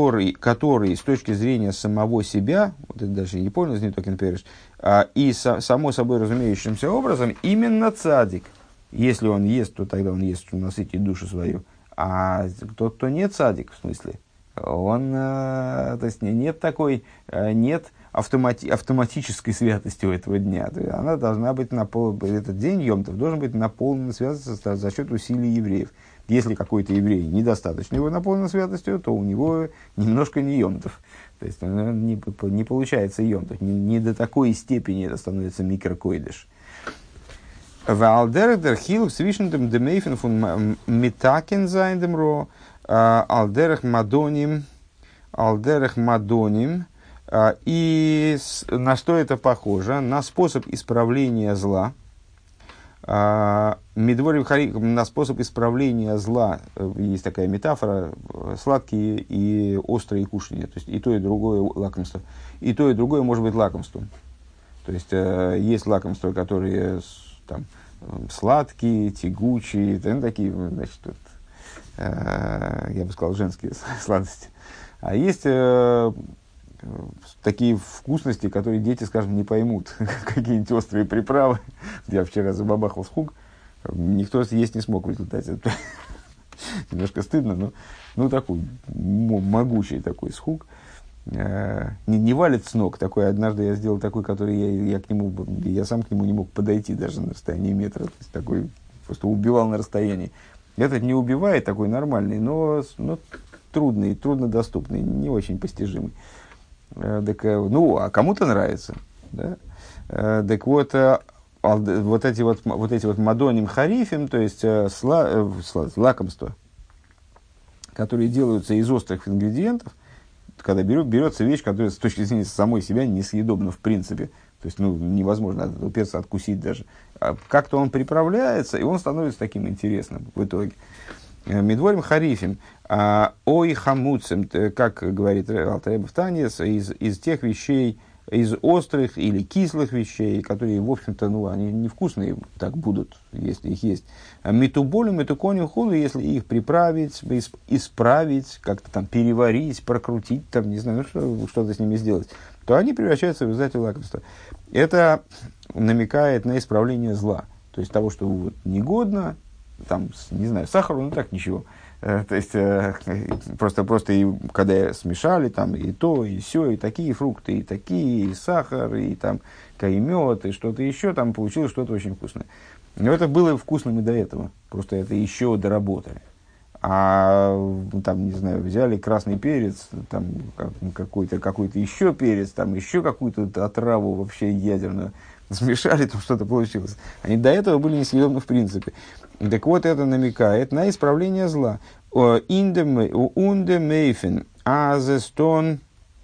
точки зрения самого себя, вот это даже не понял, не токен переш, и само собой разумеющимся образом, именно цадик, если он ест, то тогда он ест, чтобы насытить душу свою, а тот, кто не цадик, в смысле, он, то есть нет автоматической святости у этого дня. Она должна быть этот день йомтов должен быть наполнен святостью за счет усилий евреев. Если какой-то еврей недостаточно его наполнен святостью, то у него немножко не йомтов. То есть не получается йомтов. Не до такой степени это становится микрокойдыш. Валдердер хилук свишнендем демейфен фун митакен зайндем ро алдерах мадоним. И на что это похоже? На способ исправления зла. На способ исправления зла есть такая метафора: сладкие и острые кушания. То есть и то, и другое лакомство. И то, и другое может быть лакомством. То есть есть лакомства, которые там, сладкие, тягучие, такие, значит, я бы сказал, женские сладости. А есть такие вкусности, которые дети, скажем, не поймут. Какие-нибудь острые приправы. Я вчера забабахал схуг, никто съесть не смог в результате. Немножко стыдно, но такой могучий такой схуг. Не валит с ног. Такой, однажды я сделал такой, который я сам к нему не мог подойти даже на расстоянии метра. То есть такой просто убивал на расстоянии. Этот не убивает, такой нормальный, но трудный, труднодоступный, не очень постижимый. А кому-то нравится. Да? Так вот эти вот мадоним харифим, то есть лакомства, которые делаются из острых ингредиентов, когда берется вещь, которая с точки зрения самой себя несъедобна в принципе. То есть, невозможно от этого перца откусить даже. Как-то он приправляется, и он становится таким интересным в итоге. Медворим харифим, ой хамуцем, как говорит Алтер Ребе в Тане, из тех вещей, из острых или кислых вещей, которые, в общем-то, они невкусные так будут, если их есть. Митуболю, митуконю хулу, если их приправить, исправить, как-то там переварить, прокрутить, там, не знаю, что-то с ними сделать, то они превращаются в результате лакомства. Это намекает на исправление зла. То есть того, что вот негодно, там, не знаю, сахару, так ничего. То есть, просто и, когда смешали там и то, и все, и такие фрукты, и такие, и сахар, и там, и мед, и что-то еще, там получилось что-то очень вкусное. Но это было вкусным и до этого. Просто это еще доработали. А там, не знаю, взяли красный перец, там какой-то еще перец, там еще какую-то отраву вообще ядерную, смешали, там что-то получилось. Они до этого были несъедобны в принципе. Так вот, это намекает на исправление зла. Унде мейфен азестон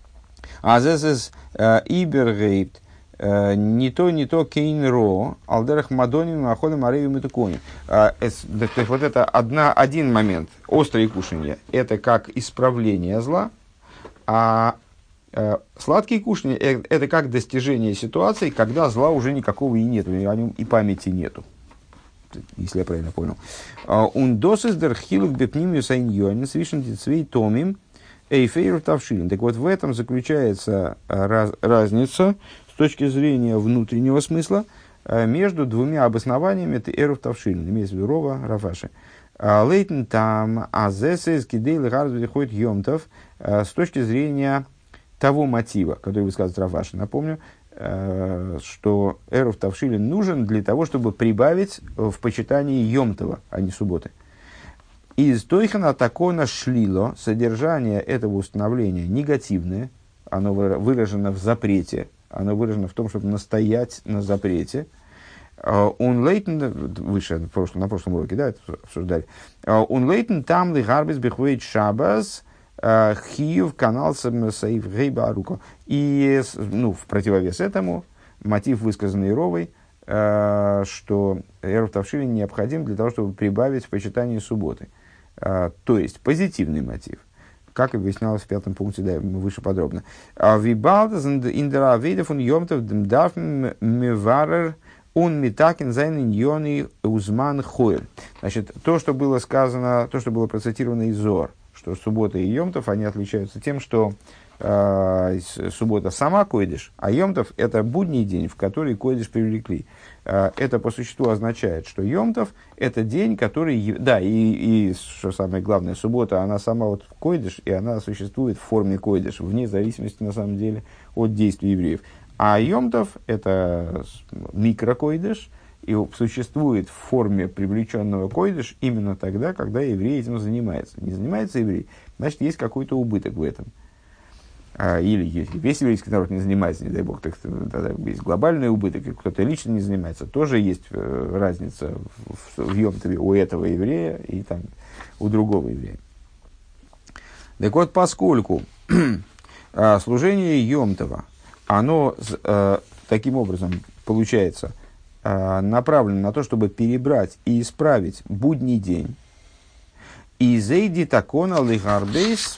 азесес ибергейт не то кейнро алдерах мадонин находим арею метукони. То есть вот это один момент. Острые кушанья — это как исправление зла, а сладкие кушанья — это как достижение ситуации, когда зла уже никакого и нету, о нем и памяти нету. Если я правильно понял. Ундосис дер хилук бепнимиус айньёнин свишен дицвей томим эйфейру тавшилин. Так вот, в этом заключается разница с точки зрения внутреннего смысла между двумя обоснованиями эру тавшилин. Имеется в виду Рова, Рафаши. Лейтен там азесес кидейл гарз ходит йомтов с точки зрения того мотива, который высказывает Рафаши. Напомню, что эров тавшилин нужен для того, чтобы прибавить в почитании Йомтова, а не субботы. Из тойхана такона шлило, содержание этого установления негативное, оно выражено в запрете, оно выражено в том, чтобы настоять на запрете. Он лейтен, выше, на прошлом уроке, да, это обсуждали. Он лейтен там ли гарбис бихвейт шабас, Хиев канал Саив Гейба Руко. И в противовес этому мотив, высказанный Ровой, что эров тавшилин необходим для того, чтобы прибавить в почитании субботы. То есть позитивный мотив, как объяснялось в 5 пункте, да, выше подробно. Вибалдас индеравейдов он йомтов дмдафм меварер он митакин зайн иньони узман хоэль. Значит, то, что было сказано, то, что было процитировано из Зоар, что суббота и Йомтов, они отличаются тем, что суббота сама койдыш, а Йомтов — это будний день, в который койдыш привлекли. Это по существу означает, что Йомтов — это день, который... Да, и что самое главное, суббота, она сама вот койдыш, и она существует в форме койдыш, вне зависимости, на самом деле, от действий евреев. А Йомтов — это микрокойдыш, и существует в форме привлеченного койдыш именно тогда, когда еврей этим занимается. Не занимается еврей, значит, есть какой-то убыток в этом. Или если весь еврейский народ не занимается, не дай бог, так тогда есть глобальный убыток, и кто-то лично не занимается. Тоже есть разница в Йомтове у этого еврея и там, у другого еврея. Так вот, поскольку служение Йомтова, оно таким образом получается направлено на то, чтобы перебрать и исправить будний день. И зейди такона лигарбейс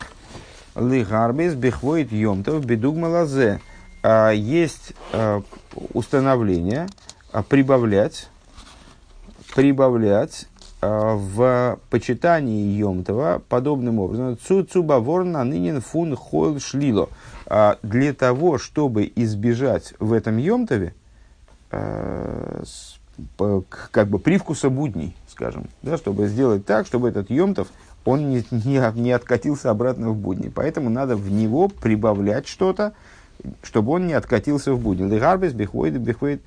бехвоит йомтов бедугма лазе. Есть установление прибавлять в почитании Йомтова подобным образом. Цуцубаворна нынен фун хойл шлило. Для того, чтобы избежать в этом Йомтове как бы привкуса будней, скажем, да, чтобы сделать так, чтобы этот Йомтов, он не откатился обратно в будни. Поэтому надо в него прибавлять что-то, чтобы он не откатился в будни. Легарбис бихвойд бихвойд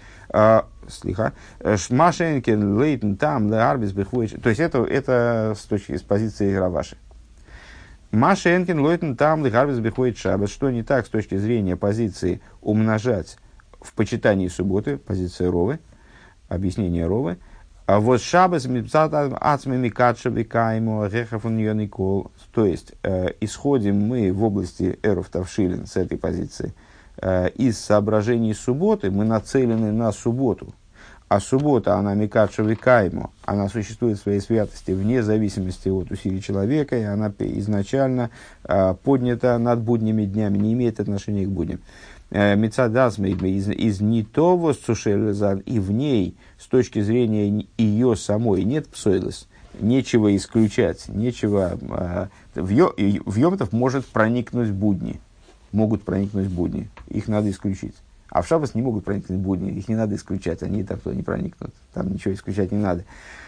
машенкен лейтен там легарбис бихвойд. То есть это с позиции Раваши. Машенкен лейтен там легарбис бихвойд шаббат. Что не так с точки зрения позиции умножать в почитании субботы, позиция Ровы, объяснение Ровы. А вот шаббас ацмами катшаби кайму рехафун йоникол. То есть исходим мы в области эров тавшилин с этой позиции, из соображений субботы, мы нацелены на субботу. А суббота, она микадша векаймо, она существует в своей святости вне зависимости от усилий человека, и она изначально поднята над будними днями, не имеет отношения к будням. Мецадазма из нитово сушелезан, и в ней, с точки зрения ее самой, нет псойлес, нечего исключать, нечего... В Йом-Тов может проникнуть будни, могут проникнуть будни, их надо исключить. А в шаббас не могут проникнуть будни, их не надо исключать, они и так туда не проникнут, там ничего исключать не надо.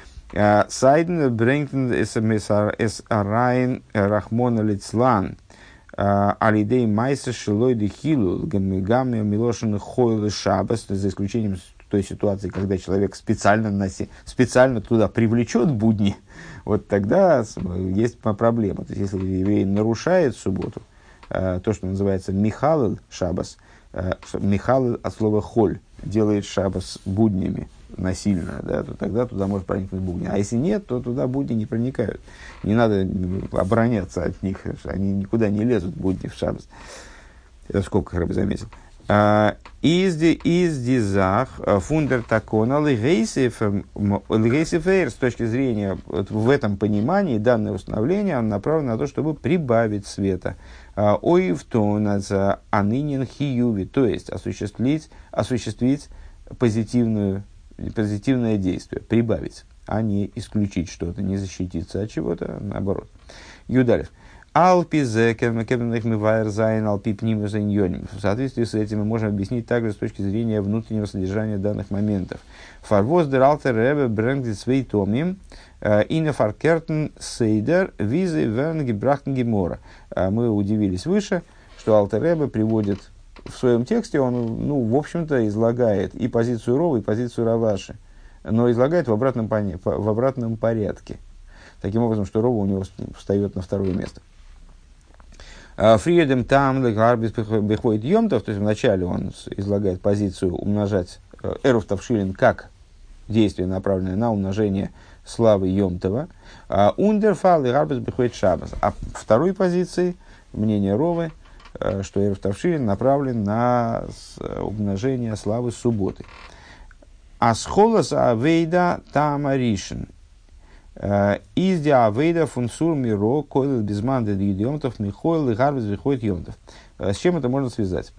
Сайден брэнгтен эс арайн рахмона лицлан алидей майса шилой дехилу гамми милошин хойл шаббас, за исключением той ситуации, когда человек специально туда привлечет будни, вот тогда есть проблема. То есть, если еврей нарушает субботу, то, что называется михалэл шаббас, Михал от слова холь делает шаббас буднями насильно, да, то тогда туда может проникнуть будни. А если нет, то туда будни не проникают. Не надо обороняться от них, они никуда не лезут, будни в шаббас. Это сколько я бы заметил. Из дизах фундер такона лгейсифейр, с точки зрения в этом понимании данное установление направлено на то, чтобы прибавить света. Ой в тоназа анынин хиюви, то есть осуществить позитивное действие, прибавить, а не исключить что-то, не защититься от чего-то, наоборот. Юдалев. Алпи зекермекебных мивайр зайн алпи пнимус иньоним. В соответствии с этим мы можем объяснить также с точки зрения внутреннего содержания данных моментов. Фарвоз дер алтер ребе брэнгдит свейтомим инна фаркертен сейдер визы вернги брахтен гемора. Мы удивились выше, что алтер ребе приводит в своем тексте, он, в общем-то, излагает и позицию Рова, и позицию Раваши, но излагает в обратном порядке. Таким образом, что Рова у него встает на второе место. Фриедем там гарбис беходит йомтов, то есть вначале он излагает позицию умножать эруф тавшилин как действие, направленное на умножение славы йомтова. Ундерфал и гарбис беходит шаббас. А второй позиции, мнение Ровы, что эруф тавшилин направлен на умножение славы субботы. Асхолас авейда тамаришин. Изди авейда фунсур миро койл безманды йомтов михойл и гарбис выходит йомтов. С чем это можно связать?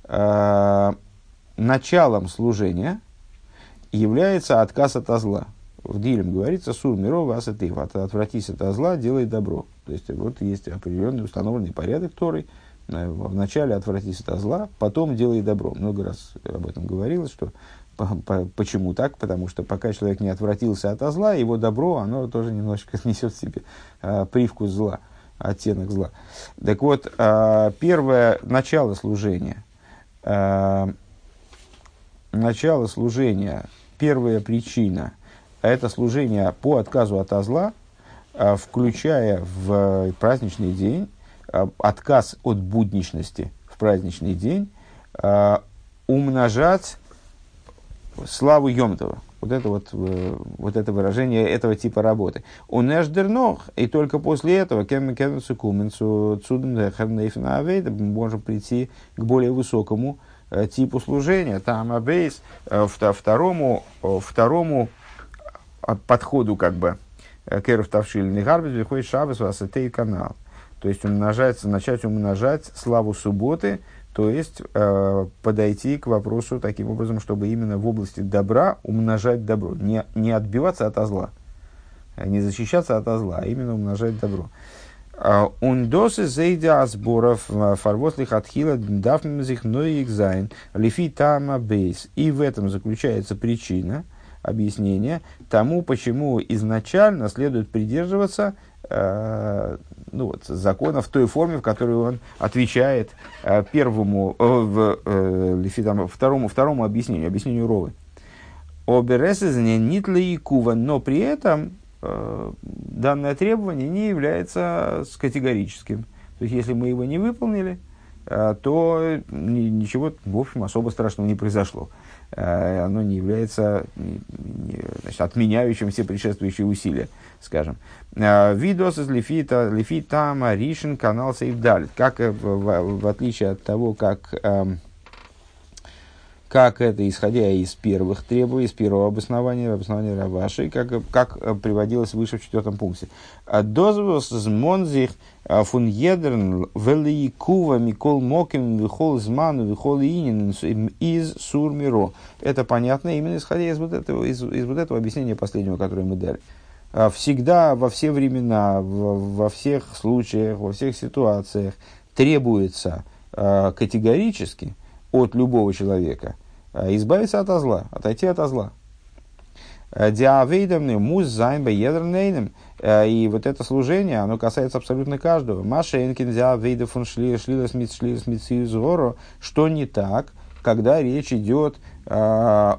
Началом служения является отказ от зла. В Дилем говорится сур миро васатыв, отвратись от зла, делай добро. То есть вот есть определенный установленный порядок, который вначале отвратись от зла, потом делай добро. Много раз об этом говорилось, что почему так? Потому что пока человек не отвратился от зла, его добро, оно тоже немножечко несет в себе привкус зла, оттенок зла. Так вот, первое начало служения, первая причина, это служение по отказу от зла, включая в праздничный день, отказ от будничности в праздничный день, умножать славу Йомтова. Вот это выражение этого типа работы. Унэшдернох, и только после этого мы можем прийти к более высокому типу служения. Там абейс, второму подходу как бы кэров тавшильный гарбис выходит шаббас васатей канал. То есть начать умножать славу субботы, то есть подойти к вопросу таким образом, чтобы именно в области добра умножать добро. Не отбиваться от зла, не защищаться от зла, а именно умножать добро. Ундосы зейдя сборов фарвослих отхила дафмзих ноикзайн лифи тама бейс. И в этом заключается причина, объяснение тому, почему изначально следует придерживаться закона в той форме, в которой он отвечает второму объяснению Ровы. Обересезне нитли и кува, но при этом данное требование не является категорическим. То есть, если мы его не выполнили, то ничего, в общем, особо страшного не произошло. Оно не является отменяющим все предшествующие усилия, скажем. Видос из лифита маришин канал сейвдалит. Как в отличие от того, как как это, исходя из первых требований, из первого обоснования Раваши, как приводилось выше в 4 пункте. Дозвос змонзих фун едерн великува микол моким вихол зману вихол инин из сурмиро. Это понятно именно исходя из вот этого объяснения последнего, которое мы дали. Всегда, во все времена, во всех случаях, во всех ситуациях требуется категорически от любого человека избавиться от зла, отойти от зла. Диавейдамны муз займба едернейным. И вот это служение, оно касается абсолютно каждого. Машенкин диавейда фун шлилас митсиюзгоро. Что не так, когда речь идет о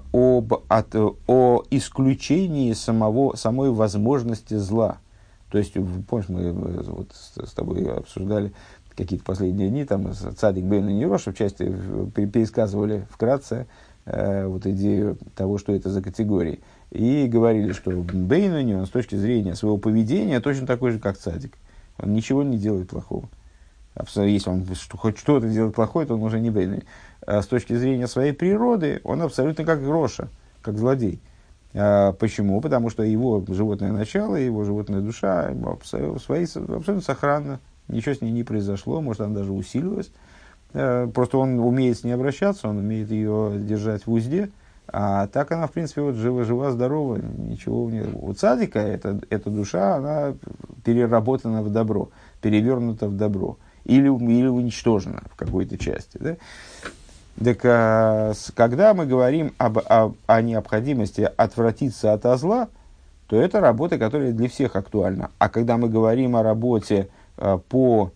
исключении самой возможности зла. То есть, помнишь, мы вот с тобой обсуждали какие-то последние дни, там, Цадик Бейну Нироша в части пересказывали вкратце вот идею того, что это за категории. И говорили, что Бейнуни, он с точки зрения своего поведения точно такой же, как Цадик. Он ничего не делает плохого. Если он хоть что-то делает плохое, то он уже не Бейнуни. А с точки зрения своей природы, он абсолютно как Роша, как злодей. Почему? Потому что его животное начало, его животная душа абсолютно сохранна. Ничего с ней не произошло, может, она даже усилилась. Просто он умеет с ней обращаться, он умеет ее держать в узде. А так она, в принципе, вот жива, здорова, ничего у нее. У цадика эта душа, она переработана в добро, перевернута в добро. Или уничтожена в какой-то части. Да? Так, когда мы говорим о необходимости отвратиться от зла, то это работа, которая для всех актуальна. А когда мы говорим о работе по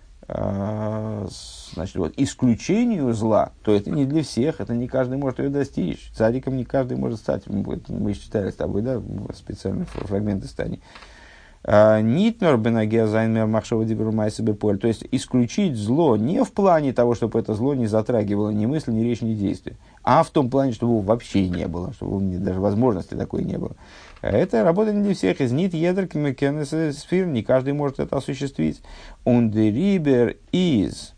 исключению зла, то это не для всех, это не каждый может ее достичь. Цадиком не каждый может стать. Мы читали с тобой, да, специальный фрагмент из Тани. Нитнор бенагиазайнмер махшова дибрумайса беполь. То есть исключить зло не в плане того, чтобы это зло не затрагивало ни мысли, ни речь, ни действия, а в том плане, чтобы его вообще не было, чтобы даже возможности такой не было. Это работа не для всех. Из нит едер сфер, не каждый может это осуществить. Он дерибер из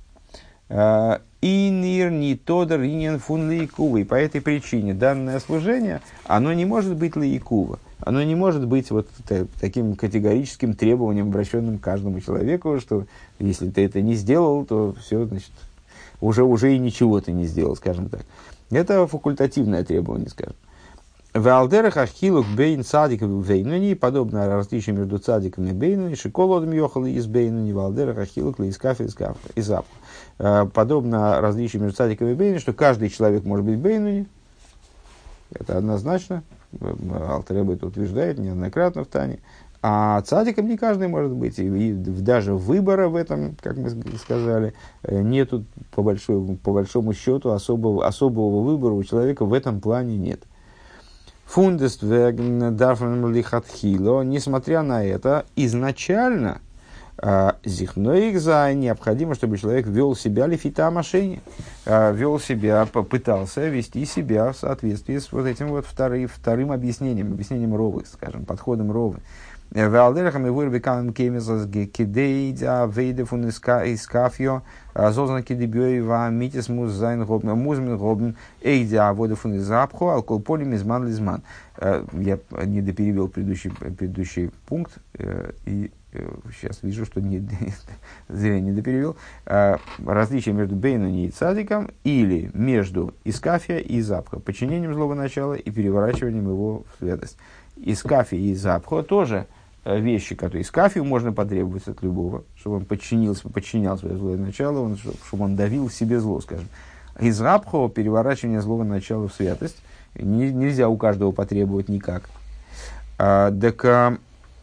инир не тодер инин фун лейкува. И по этой причине данное служение, оно не может быть лейкува. Оно не может быть вот таким категорическим требованием, обращенным к каждому человеку, что если ты это не сделал, то все, значит, уже и ничего ты не сделал, скажем так. Это факультативное требование, скажем. В алдерах ахилук бейн цадиков и бейнуни, подобно различию между цадиками и бейнуни, шиколодом йохалы из бейнуни, в алдерах ахилук из кафе из запа. Подобно различию между цадиками и бейнуни, что каждый человек может быть бейнуни, это однозначно. Алтер Ребе это утверждает неоднократно в Тане. А цадиком не каждый может быть. И даже выбора в этом, как мы сказали, нету по большому счету особого выбора у человека в этом плане нет. Фундест дарфен лихатхило, несмотря на это, изначально зихноикзай необходимо, чтобы человек вел себя лифита машине, вел себя, попытался вести себя в соответствии с вот этим вот вторым объяснением Ровы, скажем, подходом Ровы. Валдерахами вырбекаем кемизас кидейдя вейдефун искафьо зознаки дебюева митис музайн музмин гобн эйдя водефун изапхо алколполим изман лизман. Я не доперевел предыдущий пункт и сейчас вижу, что зря не доперевел. Различие между бейнуни и цадиком или между искафия и запха, подчинением злого начала и переворачиванием его в святость. Искафия и запха тоже вещи, которые искафию можно потребовать от любого, чтобы он подчинял свое злое начало, чтобы он давил в себе зло, скажем. Из рабхо переворачивание злого начала в святость нельзя у каждого потребовать никак. Так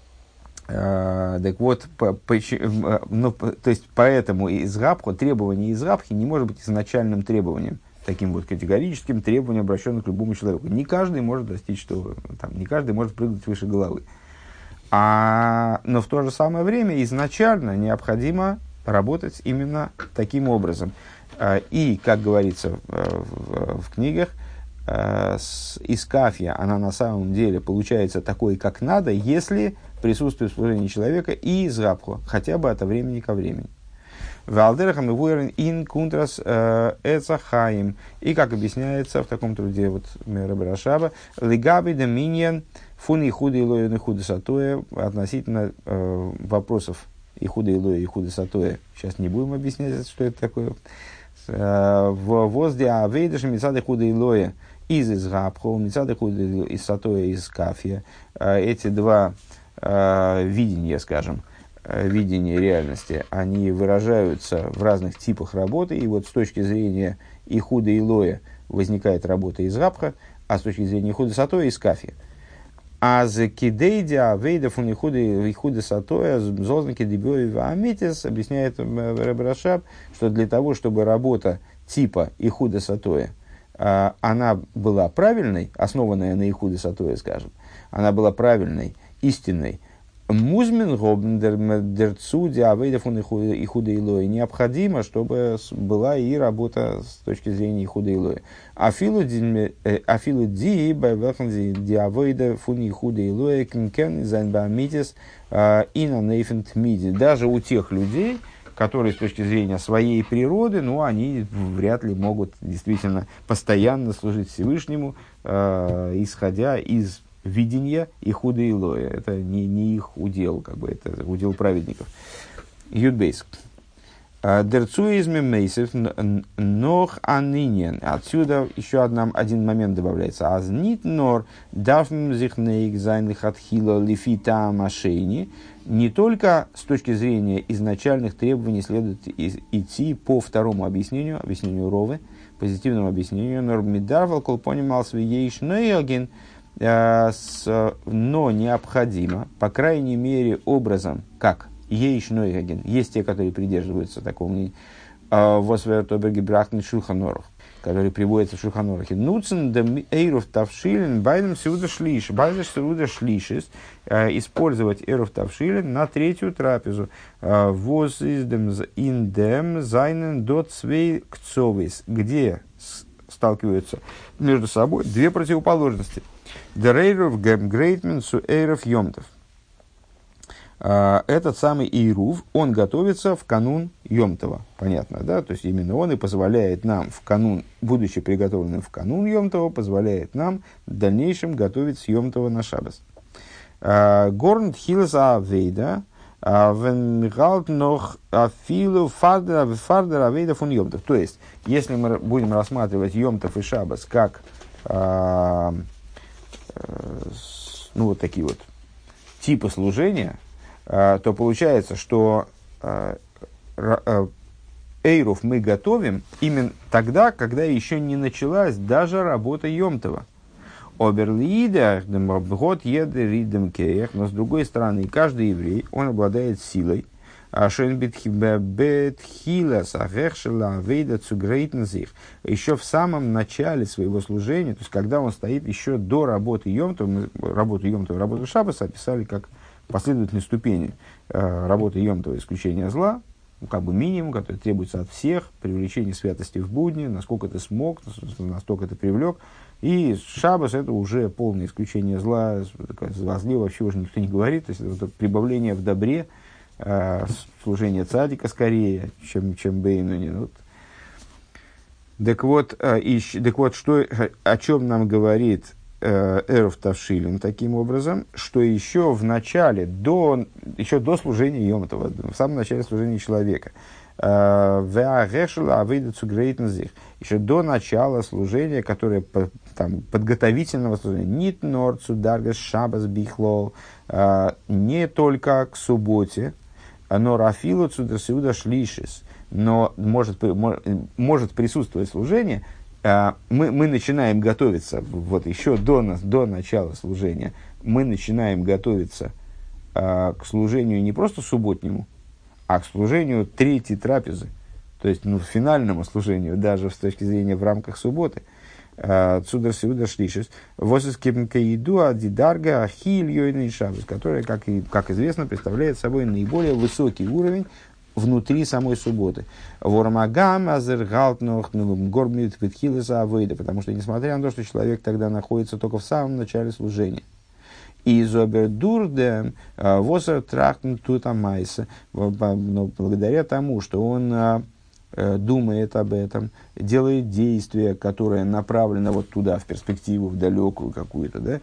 вот, то есть поэтому из рабхо, требование из рабхи не может быть изначальным требованием, таким вот категорическим требованием, обращенным к любому человеку. Не каждый может достичь того, не каждый может прыгнуть выше головы. Но в то же самое время изначально необходимо работать именно таким образом. И, как говорится в книгах, искафия, она на самом деле получается такой, как надо, если присутствует в служении человека и из рабху, хотя бы от времени ко времени. Валдерахам и вуэрен ин кунтрас эцахаим. И как объясняется в таком труде вот Ребе Рашаба, лигаби доминьян фун и худы илоя и худы сатоя относительно вопросов и худы илоя и худы сатоя. Сейчас не будем объяснять, что это такое. В возде авейдаши мицады худы илоя из габхол, мицады худы из сатоя из кафия. Эти два видения, скажем, видения реальности, они выражаются в разных типах работы, и вот с точки зрения ихуда и лоя возникает работа из габха, а с точки зрения ихуда сатоя из кафия. А за кидейдя вейдов он ихуда сатоя зознаки дебёй амитис объясняет Ребе Рашаб, что для того, чтобы работа типа ихуда сатоя она была правильной, основанная на ихуда сатоя, скажем, она была правильной, истинной, музмин гобндерцу диавейдов он ихуда илоя, необходимо, чтобы была и работа с точки зрения ихуда илоя. Афилу ди байвахнзи диавейдов он ихуда илоя кнкен зайнбамитис ина нейфент миди. Даже у тех людей, которые с точки зрения своей природы, ну, они вряд ли могут действительно постоянно служить Всевышнему, исходя из видение ихуда и лоя. Это не их удел, как бы, это удел праведников. Юдбейс. Дерцуизме мейсев нох анинен. Отсюда еще один момент добавляется. Азнит нор дафм зихнейк зайных отхила лифита машейни. Не только с точки зрения изначальных требований следует идти по второму объяснению Ровы, позитивному объяснению, нормидарвал колпонимал свиейш нейоген, но необходимо, по крайней мере, образом, как ейш нейоген, есть те, которые придерживаются такого мнения, восвертоберги брахтный шульханорах, который приводится в Шульханорахе. Нуцен дем эйров тавшилен байдем сюда шлиш, байдем сюда шлишис, использовать эйров тавшилен на третью трапезу. Воз издем индем зайнен дот свей кцовис, где сталкиваются между собой две противоположности. Дерейров гемгрейтмен су эйров йомтов. Этот самый Иерув, он готовится в канун Йом-Това. Понятно, да? То есть именно он и позволяет нам в канун, будучи приготовленным в канун Йом-Това, позволяет нам в дальнейшем готовить с Йом-Това на Шаббас. Горн тхилас авейда, венгалт нох афилу фардер авейда фун Йом-Тов. То есть, если мы будем рассматривать Йом-Тов и Шаббас как ну, вот такие вот типы служения, то получается, что эйров мы готовим именно тогда, когда еще не началась даже работа Йом-Това. Оберлида, год еды ридем кеях, но с другой стороны, каждый еврей, он обладает силой, еще в самом начале своего служения, то есть когда он стоит еще до работы Йом-Това, мы работу Йом-Това, работу Шаббаса описали как последовательные ступени работы Йом-Това, исключения зла, ну, как бы минимум, который требуется от всех, привлечение святости в будни, насколько ты смог, настолько ты привлек. И Шаббас — это уже полное исключение зла, о зле вообще уже никто не говорит, то есть это прибавление в добре, служение цадика скорее, чем Бейнуни. Вот. Так вот, что, о чем нам говорит Эров Тавшилин таким образом, что еще в начале, еще до служения Йом-Това, в самом начале служения человека, еще до начала служения, которое там, подготовительного служения, нит норцу даргас шабас бихлол, не только к субботе, но рафилу цудасиуда шлишис, но может присутствовать служение. Мы начинаем готовиться, вот еще до начала служения, мы начинаем готовиться к служению не просто субботнему, а к служению третьей трапезы, то есть финальному служению, даже с точки зрения в рамках субботы. Цудер сиуда шлишис, восискипнка еду адидарга ахиль йойный шаббас, которая, как известно, представляет собой наиболее высокий уровень внутри самой субботы. Вормагам азергалтнох гормит ветхилеса авейда, потому что, несмотря на то, что человек тогда находится только в самом начале служения, И зобердурдем восер трахтен тутамайса. Благодаря тому, что он думает об этом, делает действие, которое направлено вот туда, в перспективу, в далекую какую-то, да,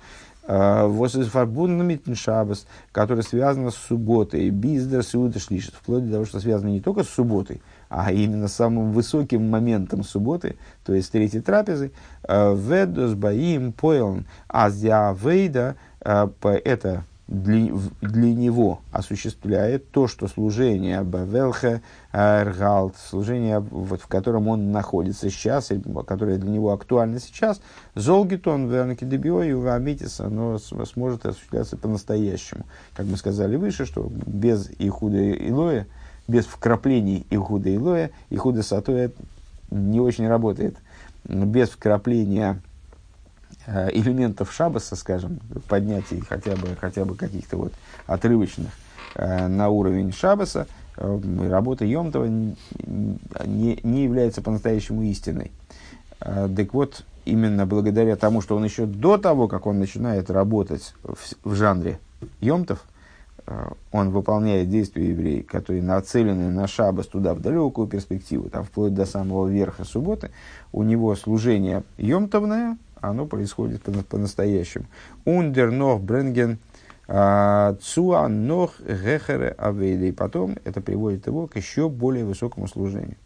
шабас, которое связано с субботой, биздер сюдешлишет, вплоть до того, что связано не только с субботой, а именно с самым высоким моментом субботы, то есть третьей трапезы, ведос баим поэлн азя вейда, это для него осуществляет то, что служение бавелха ргалт, служение, вот, в котором он находится сейчас, которое для него актуально сейчас, золгитон вернки дебио и увамитис, оно сможет осуществляться по-настоящему. Как мы сказали выше, что без ихуда илоя, без вкраплений ихуда илоя, ихуда сатоя не очень работает. Без вкрапления элементов шаббаса, скажем, поднятий хотя бы каких-то вот отрывочных на уровень шаббаса, работа Йом Това не является по-настоящему истиной. Так вот, именно благодаря тому, что он еще до того, как он начинает работать в жанре Йом Тов, он выполняет действия еврея, которые нацелены на шаббас туда, в далекую перспективу, там, вплоть до самого верха субботы, у него служение йомтовное, оно происходит по-настоящему. Ундер нох бренген цуа нох гехере авейда. И потом это приводит его к еще более высокому служению.